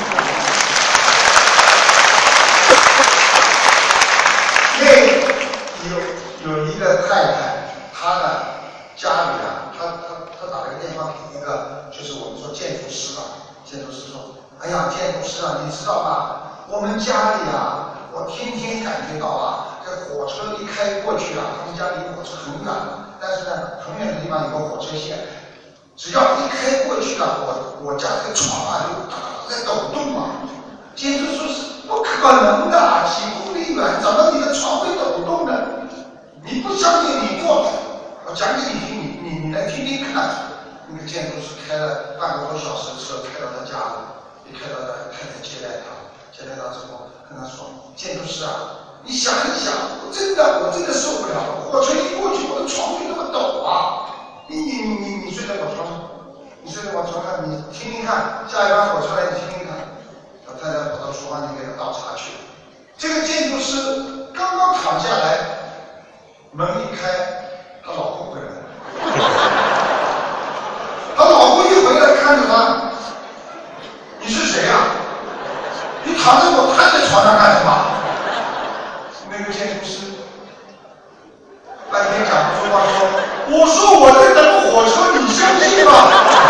有一个太太，她呢家里啊，她打了个电话给一个，就是我们说建筑师吧，建筑师说，哎呀，建筑师啊，你知道吗？我们家里啊，我天天感觉到啊，这火车一开过去啊，他们家离火车很远了，但是呢，很远的地方有个火车线。只要一开过去啊，我家这个床啊就在抖动啊，简直说是不可能的，几公里远，怎么你的床会抖动呢？你不相信你过来，我讲给你听，你来听听看。那个建筑师开了半个多小时的车，开到他家了，一开到他太太接待他之后，跟他说，建筑师啊，你想一想，我真的受不了了，火车一过去，我的床就那么抖啊。你睡在我床上，你睡在我床上，你听听看，下一班火车来，你听听看。老太太跑到厨房里给他倒茶去。这个建筑师刚刚躺下来，门一开，他老公回来了。他老公一回来看着他，你是谁呀？你躺在我太太床上干什么？那个建筑师半天讲不出话说，我说我在等火车，你相信吗？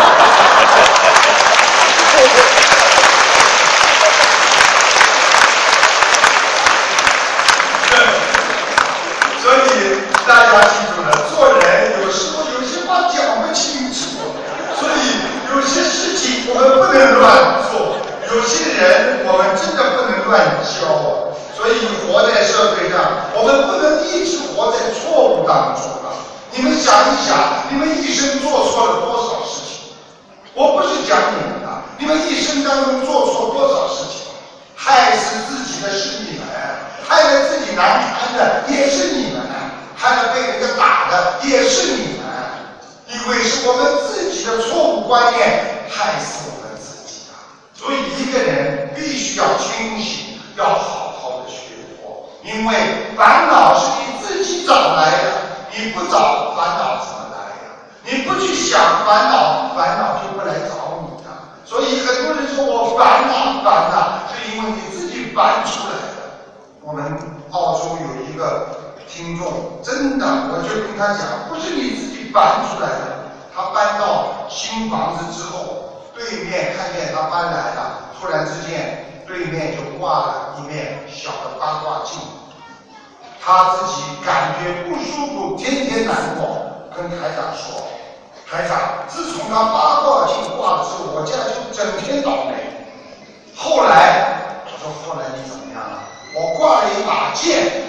所以大家记住了，做人有时候有些话讲不清楚，所以有些事情我们不能乱做，有些人我们真的不能乱教啊。所以活在社会上，我们不能一直活在错误当中啊！你们想一想，你们一生做错了多少事情？我不是讲你们的，你们一生当中做错多少事情？害死自己的是你们，害得自己难堪的也是你们，害得被人家打的也是你们，因为是我们自己的错误观念害死我们自己啊！所以一个人必须要清醒，要好好的学佛，因为烦恼是你自己找来的，你不找烦恼怎么来呀？你不去想烦恼，烦恼就不来找你的。所以很多人说我烦恼，是因为你自己烦出来的。我们澳洲有一个听众，真的，我就跟他讲，不是你自己烦出来的。他搬到新房子之后，对面看见他搬来了，突然之间对面就挂了一面小的八卦镜。 他自己感觉不舒服，天天难过，跟台长说：“台长，自从他八卦镜挂了之后，我家就整天倒霉。”后来我说：“后来你怎么样了？”我挂了一把剑。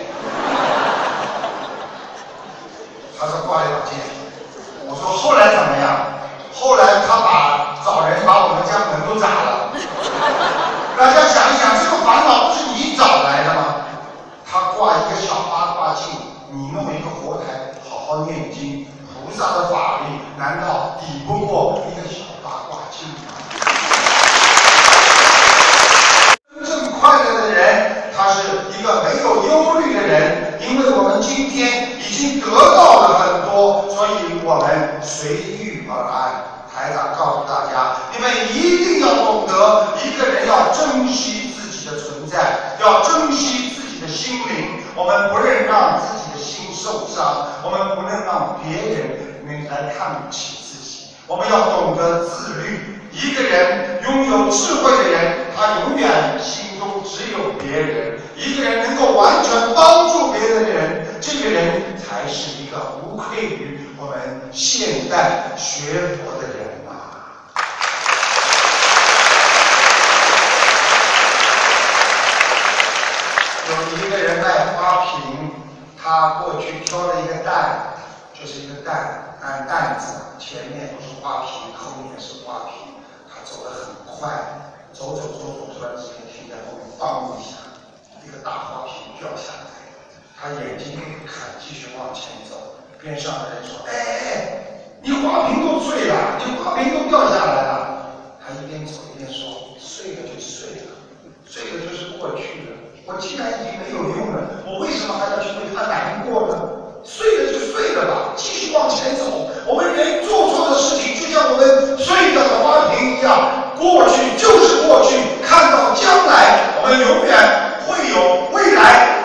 他说挂了一把剑。我说后来怎么样？后来他找人把我们家门都砸了。大家想一想，这个烦恼不是你找来的吗？他挂一个小八卦镜，你弄一个佛台，好好念经，菩萨的法力难道抵不过一个小八卦镜吗？真正快乐的人，他是一个没有忧虑的人，因为我们今天已经得到了很多，所以我们随遇而安。台长告诉大家，你们一定要懂得，一个人要珍惜自己的存在，要珍惜自己的心灵。我们不能让自己的心受伤，我们不能让别人来看不起自己。我们要懂得自律。一个人拥有智慧的人，他永远心中只有别人。一个人能够完全帮助别人的人，这个人才是一个无愧于我们现代学佛的人啊。有一个人卖花瓶，他过去挑了一个担，就是一个担子，前面不是花瓶，后面是花瓶。他走得很快，走，突然之间停在后面，梆一下，一个大花瓶掉下来。他眼睛不看，继续往前走。边上的人说：“哎，你花瓶都碎了，你花瓶都掉下来了。”他一边走一边说：“碎了就碎了，碎了就是过去了。我既然已经没有用了，我为什么还要去为它难过呢？碎了就碎了吧，继续往前走。我们人做错的事情，就像我们碎掉的花瓶一样，过去就是过去，看到将来，我们永远会有未来。”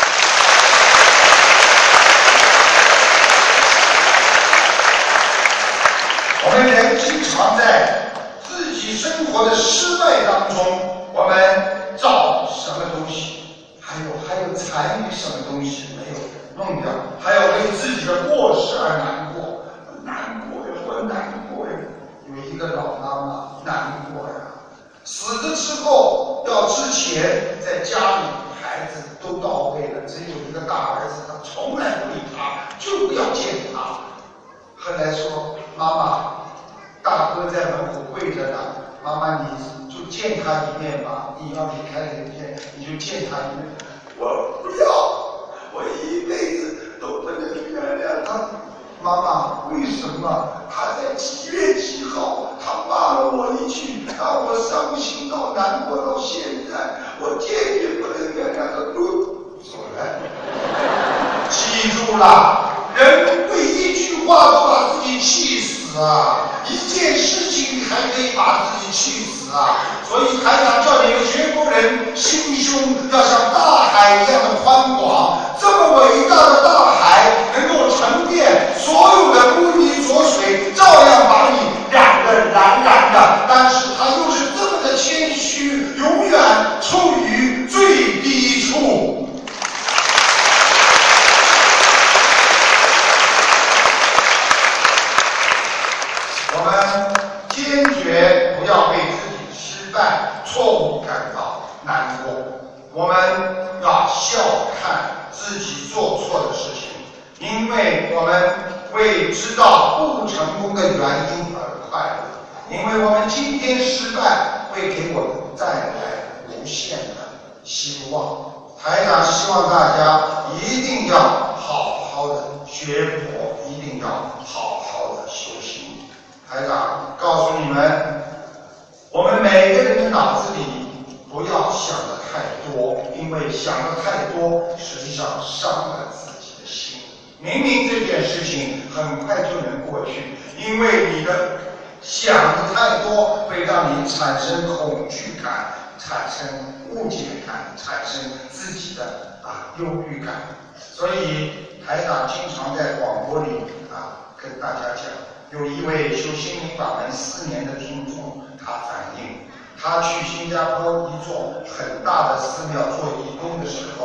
我们人经常在自己生活的失败当中，我们找什么东西，还有残余什么东西没有弄掉，还要为自己的过失而难过，难过呀，我难过呀。有一个老妈妈难过呀，死了之后要之前在家里孩子都到位了，只有一个大儿子，他从来不理他，就不要见他。后来说：“妈妈，大哥在门口跪着呢，妈妈你就见他一面吧，你要离开人间，你就见他一面。”我不要，我一辈子都不能原谅他。妈妈，为什么？他在几月几号，他骂了我一句，让我伤心到难过到现在，我坚决不能原谅他。走了。记住了，人为一句话都把自己气死啊！一件事情你还可以把自己气死啊！所以台长叫你们学佛人心胸要像大海一样的宽广，这么伟大的大海能够沉淀所有的污泥浊水，照样把你染得蓝蓝的，但是它又是这么的谦虚，永远处于最低处。我们坚决不要为自己失败、错误感到难过。我们要笑看自己做错的事情，因为我们会知道不成功的原因而快乐。因为我们今天失败会给我们带来无限的希望。台长希望大家一定要好好的学佛，一定要好好的修行。台长告诉你们，我们每个人的脑子里不要想得太多，因为想得太多实际上伤了自己的心。明明这件事情很快就能过去，因为你的想得太多会让你产生恐惧感，产生误解感，产生自己的忧郁感。所以台长经常在广播里跟大家讲，有一位修心灵法门4年的听众，他反映他去新加坡一座很大的寺庙做义工的时候，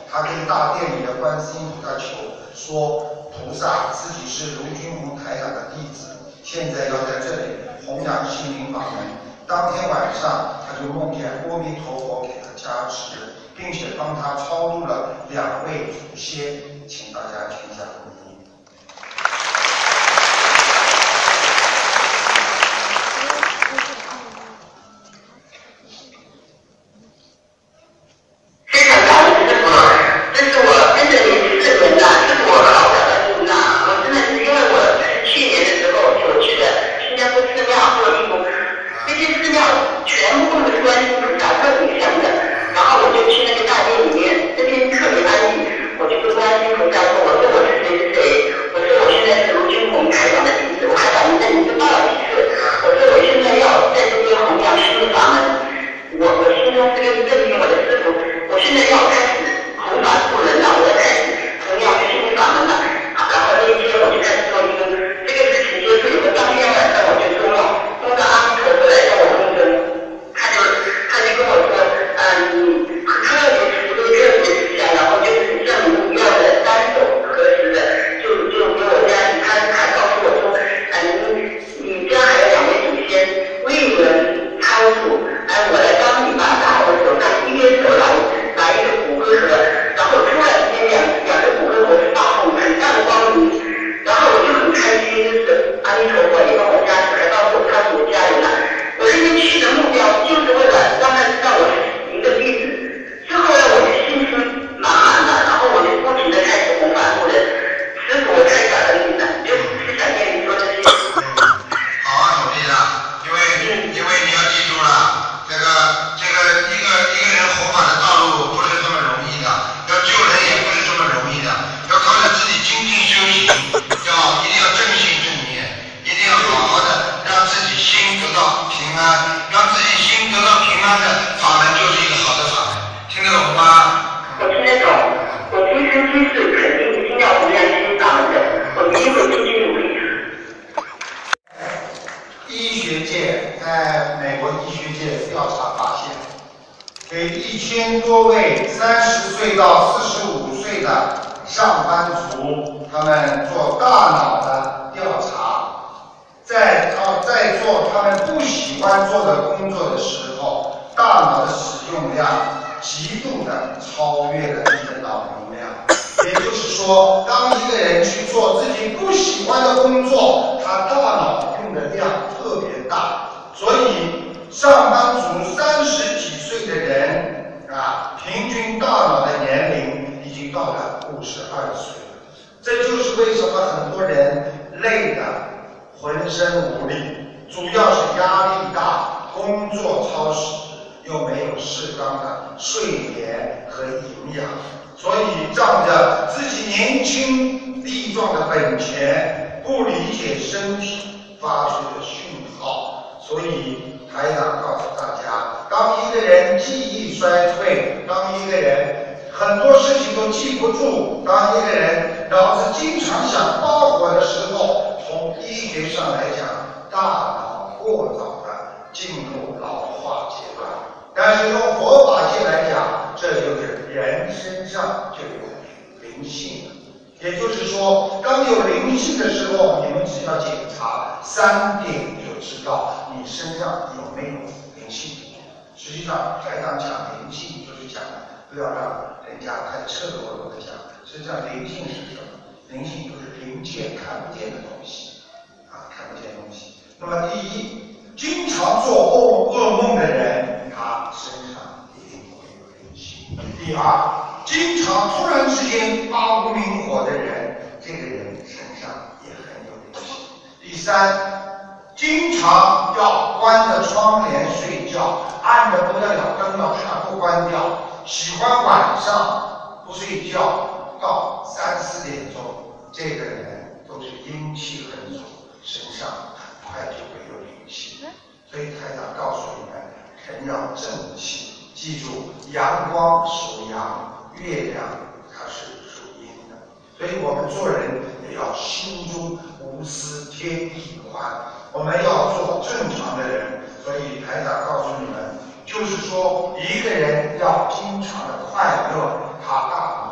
他跟大殿里的观世音菩萨求说，菩萨自己是卢军宏台长的弟子，现在要在这里弘扬心灵法门。当天晚上他就梦见阿弥陀佛给他加持，并且帮他超度了2位祖先，请大家听一下录音。1000多位30岁到45岁的上班族，他们做大脑的调查，在做他们不喜欢做的工作的时候，大脑的使用量极度的超越了你的脑容量。也就是说，当一个人去做自己不喜欢的工作，他大脑用的量特别大。所以上班族30几岁的人平均大脑的年龄已经到了52岁了。这就是为什么很多人累得浑身无力，主要是压力大，工作超时，又没有适当的睡眠和营养，所以仗着自己年轻力壮的本钱，不理解身体发出的讯号。所以台长告诉大家，当一个人记忆衰退，当一个人很多事情都记不住，当一个人脑子经常想发火的时候，从医学上来讲，大脑过早的进入老化阶段。但是用佛法界来讲，这就是人身上就有灵性了。也就是说，当有灵性的时候，你们只要检查3点就知道你身上有没有灵性。实际上台长讲灵性就是讲不要让人家太赤裸裸的讲，实际上灵性是什么？灵性就是灵界看不见的东西看不见东西。那么第一，经常做噩梦的人，他身上一定会有灵性。第二，经常突然之间发无名火的人，这个人身上也很有灵性。第三，经常要关着窗帘睡觉，暗的不得了，灯要全部关掉，喜欢晚上不睡觉到3、4点钟，这个人都是阴气很足，身上很快就会有灵气。所以台长告诉你们，人要正气，记住阳光属阳，月亮它是属阴的。所以我们做人也要心中无私，天地宽，我们要做正常的人。所以台长告诉你们，就是说一个人要经常的快乐，他大脑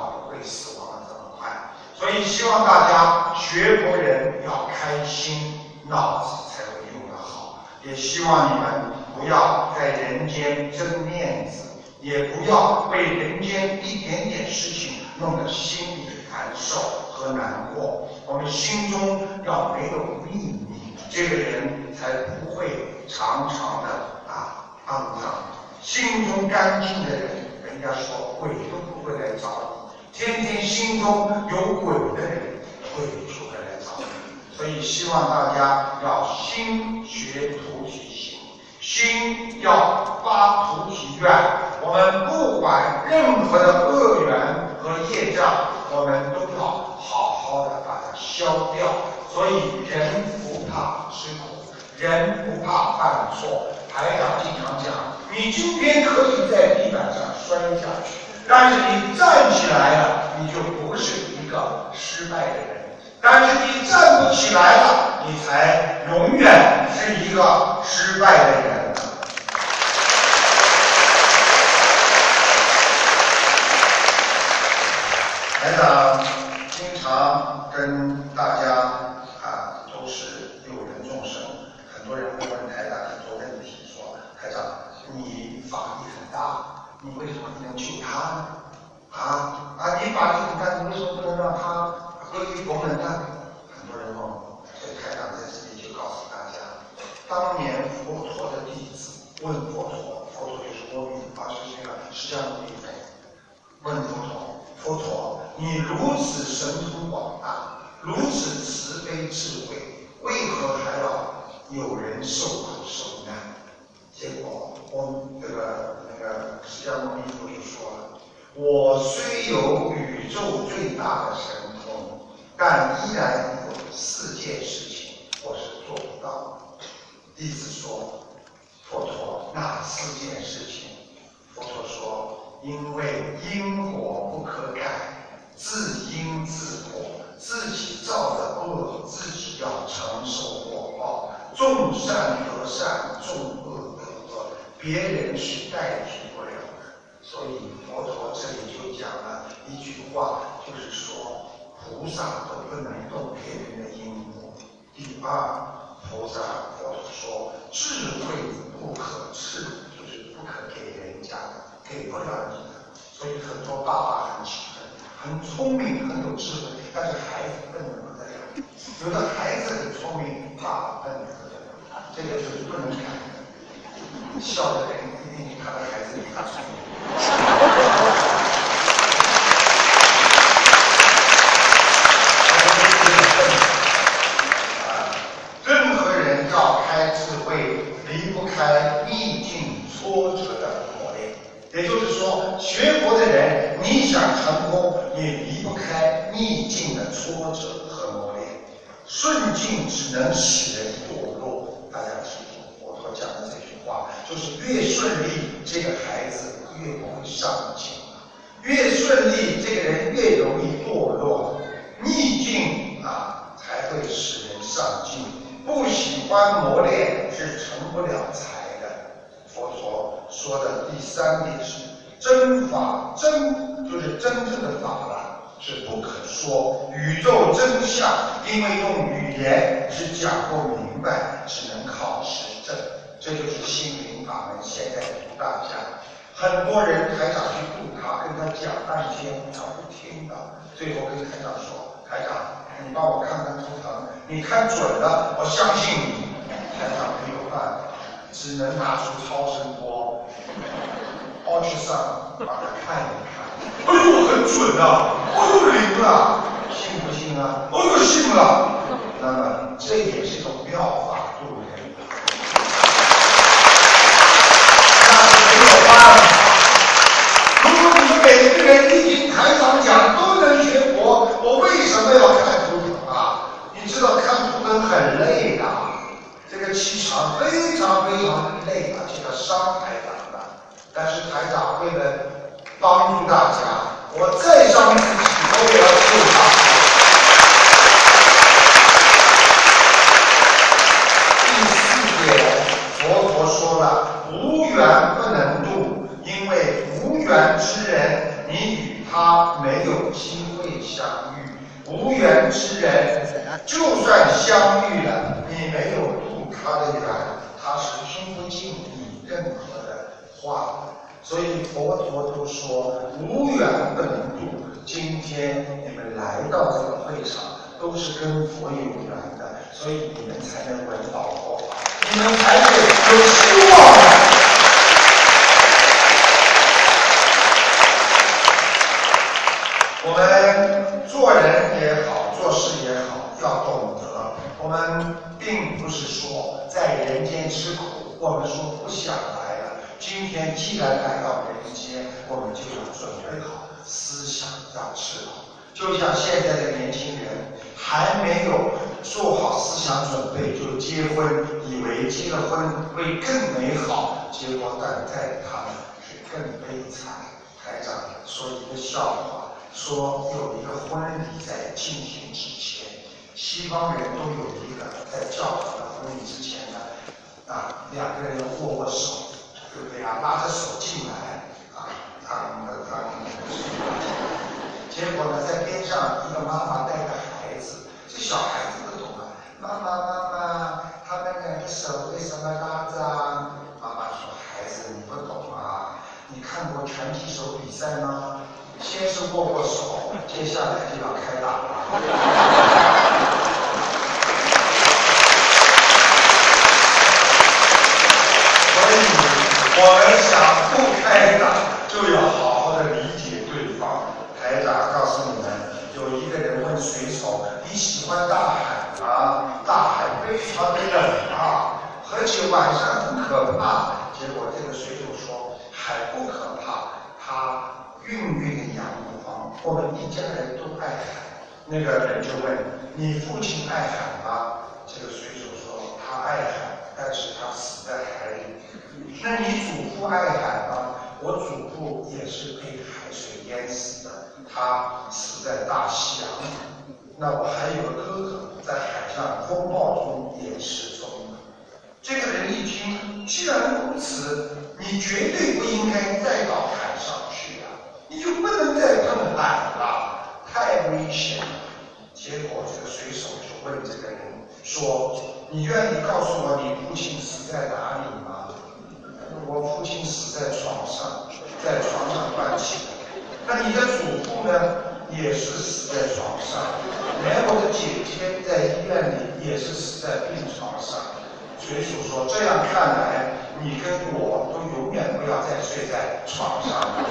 以希望大家学佛人要开心，脑子才会用得好。也希望你们不要在人间争面子，也不要为人间一点点事情弄得心里难受和难过。我们心中要没有秘密，这个人才不会常常的肮脏。心中干净的人，人家说鬼都不会来找你。天天心中有鬼的人，鬼就会来找你。所以希望大家要心学菩提心，心要发菩提愿。我们不管任何的恶缘和业障，我们都要好好的把它消掉。所以人不怕吃苦，人不怕犯错。台长经常讲，你今天可以在地板上摔下去，但是你站起来了，你就不是一个失败的人。但是你站不起来了，你才永远是一个失败的人。台长经常跟大家都是有人众生，很多人会问台长很多问题，说台长你法力很大，你为什么不能救他呢？你法力很大，你为什么不能让他阿谀逢人呢？很多人问我，所以台长在这里就告诉大家，当年佛陀的弟子问佛陀，佛陀就是阿弥陀佛，是这个释迦牟尼佛，问佛陀，你如此神通广大，如此慈悲智慧，为何还要有人受苦受难？结果那个释迦牟尼佛就说了，我虽有宇宙最大的神通，但依然有4件事情我是做不到的。弟子说，佛陀哪4件事情？佛陀说，因为因果不可改，自因自果，自己造的恶，自己要承受果报。种善得善，种恶得恶，别人是代替不了的。所以佛陀这里就讲了一句话，就是说菩萨都不能动别人的因果。第二，佛陀说智慧不可赐，就是不可给人家的，给不了你的。所以很多爸爸很气愤，很聪明，很有智慧，但是孩子笨得不得了。有的孩子很聪明，爸爸笨得不得了，这个就是不能改的。笑的人一定他的孩子比他聪明。任何人要开智慧，离不开逆境挫折的磨练。也就是说，学佛的人，你想成功，你离不开逆境的挫折和磨练。顺境只能使人堕落，大家记住佛陀讲的这句话，就是越顺利，这个孩子越不会上进；越顺利，这个人越容易堕落。逆境才会使人上进。不喜欢磨练是成不了才的。佛陀说的第3点是真法，真就是真正的法了，是不可说。宇宙真相，因为用语言是讲不明白，只能靠实证。这就是心灵法门现在度大家。很多人台长去度他，跟他讲半天，他不听的，最后跟台长说，台长你帮我看看图腾，你看准了，我相信你。台长没有办法，只能拿出超声波，ultrasound把它看一看。哎呦，很准啊！哎呦，灵了，信不信啊？哎呦，信了。那么这也是一种妙法度人，那是没有办法。如果你们每个人一听台长讲都能学佛，我为什么要看图腾啊？你知道看图腾很累的，这个气场非常非常累，而且要伤台长的。但是台长为了帮助大家，我再伤自己，我也要救他。第4点，佛陀说了，无缘不能度，因为无缘之人，你与他没有机会相遇。 无缘之人，就算相遇了，你没有度他的缘，他是听不进你任何的话。所以佛陀都说无缘不能度。今天你们来到这个会场，都是跟佛有缘的，所以你们才能闻到佛法，你们才会有希望的。我们做人也好，做事也好，要懂得。我们并不是说在人间吃苦，我们说不想来了。今天既然来到人间，我们就要准备好思想，要吃好。就像现在的年轻人还没有做好思想准备就结婚，以为结了婚会更美好，结果等待他们是更悲惨。台长说一个笑话，说有一个婚礼在进行之前，西方人都有一个在教堂的婚礼之前呢，两个人握握手，对不对啊？拉着手进来，结果呢，在边上一个妈妈带个孩子，这小孩子不懂啊，妈妈，他们两个手为什么拉着啊？妈妈说，孩子你不懂啊，你看过拳击手比赛吗？先是握握手，接下来就要开打了。所以我们想不开打，就要好好的理解对方。台长告诉你们，有一个人问水手：“你喜欢大海吗？大海非常的冷啊，而且晚上很可怕。”结果这个水手说：“海不可怕，它孕育的阳光，我们一家人都爱海。”那个人就问：“你父亲爱海吗？”这个水手说：“他爱海，但是他死在海里。”那你祖父爱海吗？我祖父也是被海水淹死的，他死在大西洋里。那我还有个哥哥在海上风暴中也失踪了。这个人一听，既然如此，你绝对不应该再到海上去啊，你就不能再碰海了，太危险了。结果这个水手就问这个人说：“你愿意告诉我你父亲死在哪里吗？”我父亲死在床上，在床上断气的。那你的祖父呢？也是死在床上，连我的姐姐在医院里也是死在病床上。水手说：“这样看来，你跟我都永远不要再睡在床上了。”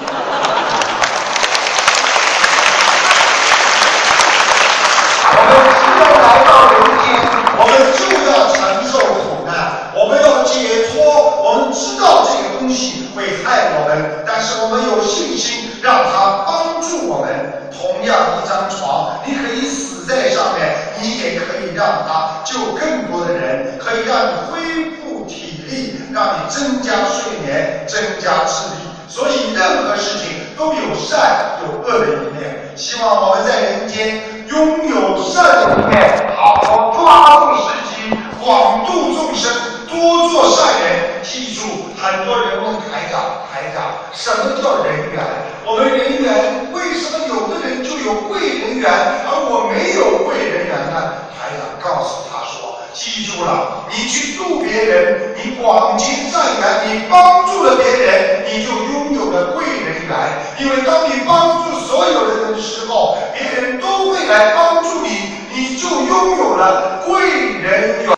我们只要来到人间，我们就要承受苦难，我们要解脱。我们知道这个东西会害我们，但是我们有信心，让它帮助我们。同样一张床，你可以死在上面，你也可以让它救更多的人，可以让你恢复体力，让你增加睡眠，增加智力。所以任何事情都有善有恶的一面，希望我们在人间拥有善的一面，好好抓住时机，广度众生，多做善人。记住，很多人问台长，什么叫人缘？我们人缘为什么有的人就有贵人缘，而我没有贵人缘呢？台长告诉他说，记住了，你去度别人，你广结善缘，你帮助了别人，你就拥有了贵人缘。因为当你帮助所有人的时候，别人都会来帮助你，你就拥有了贵人缘。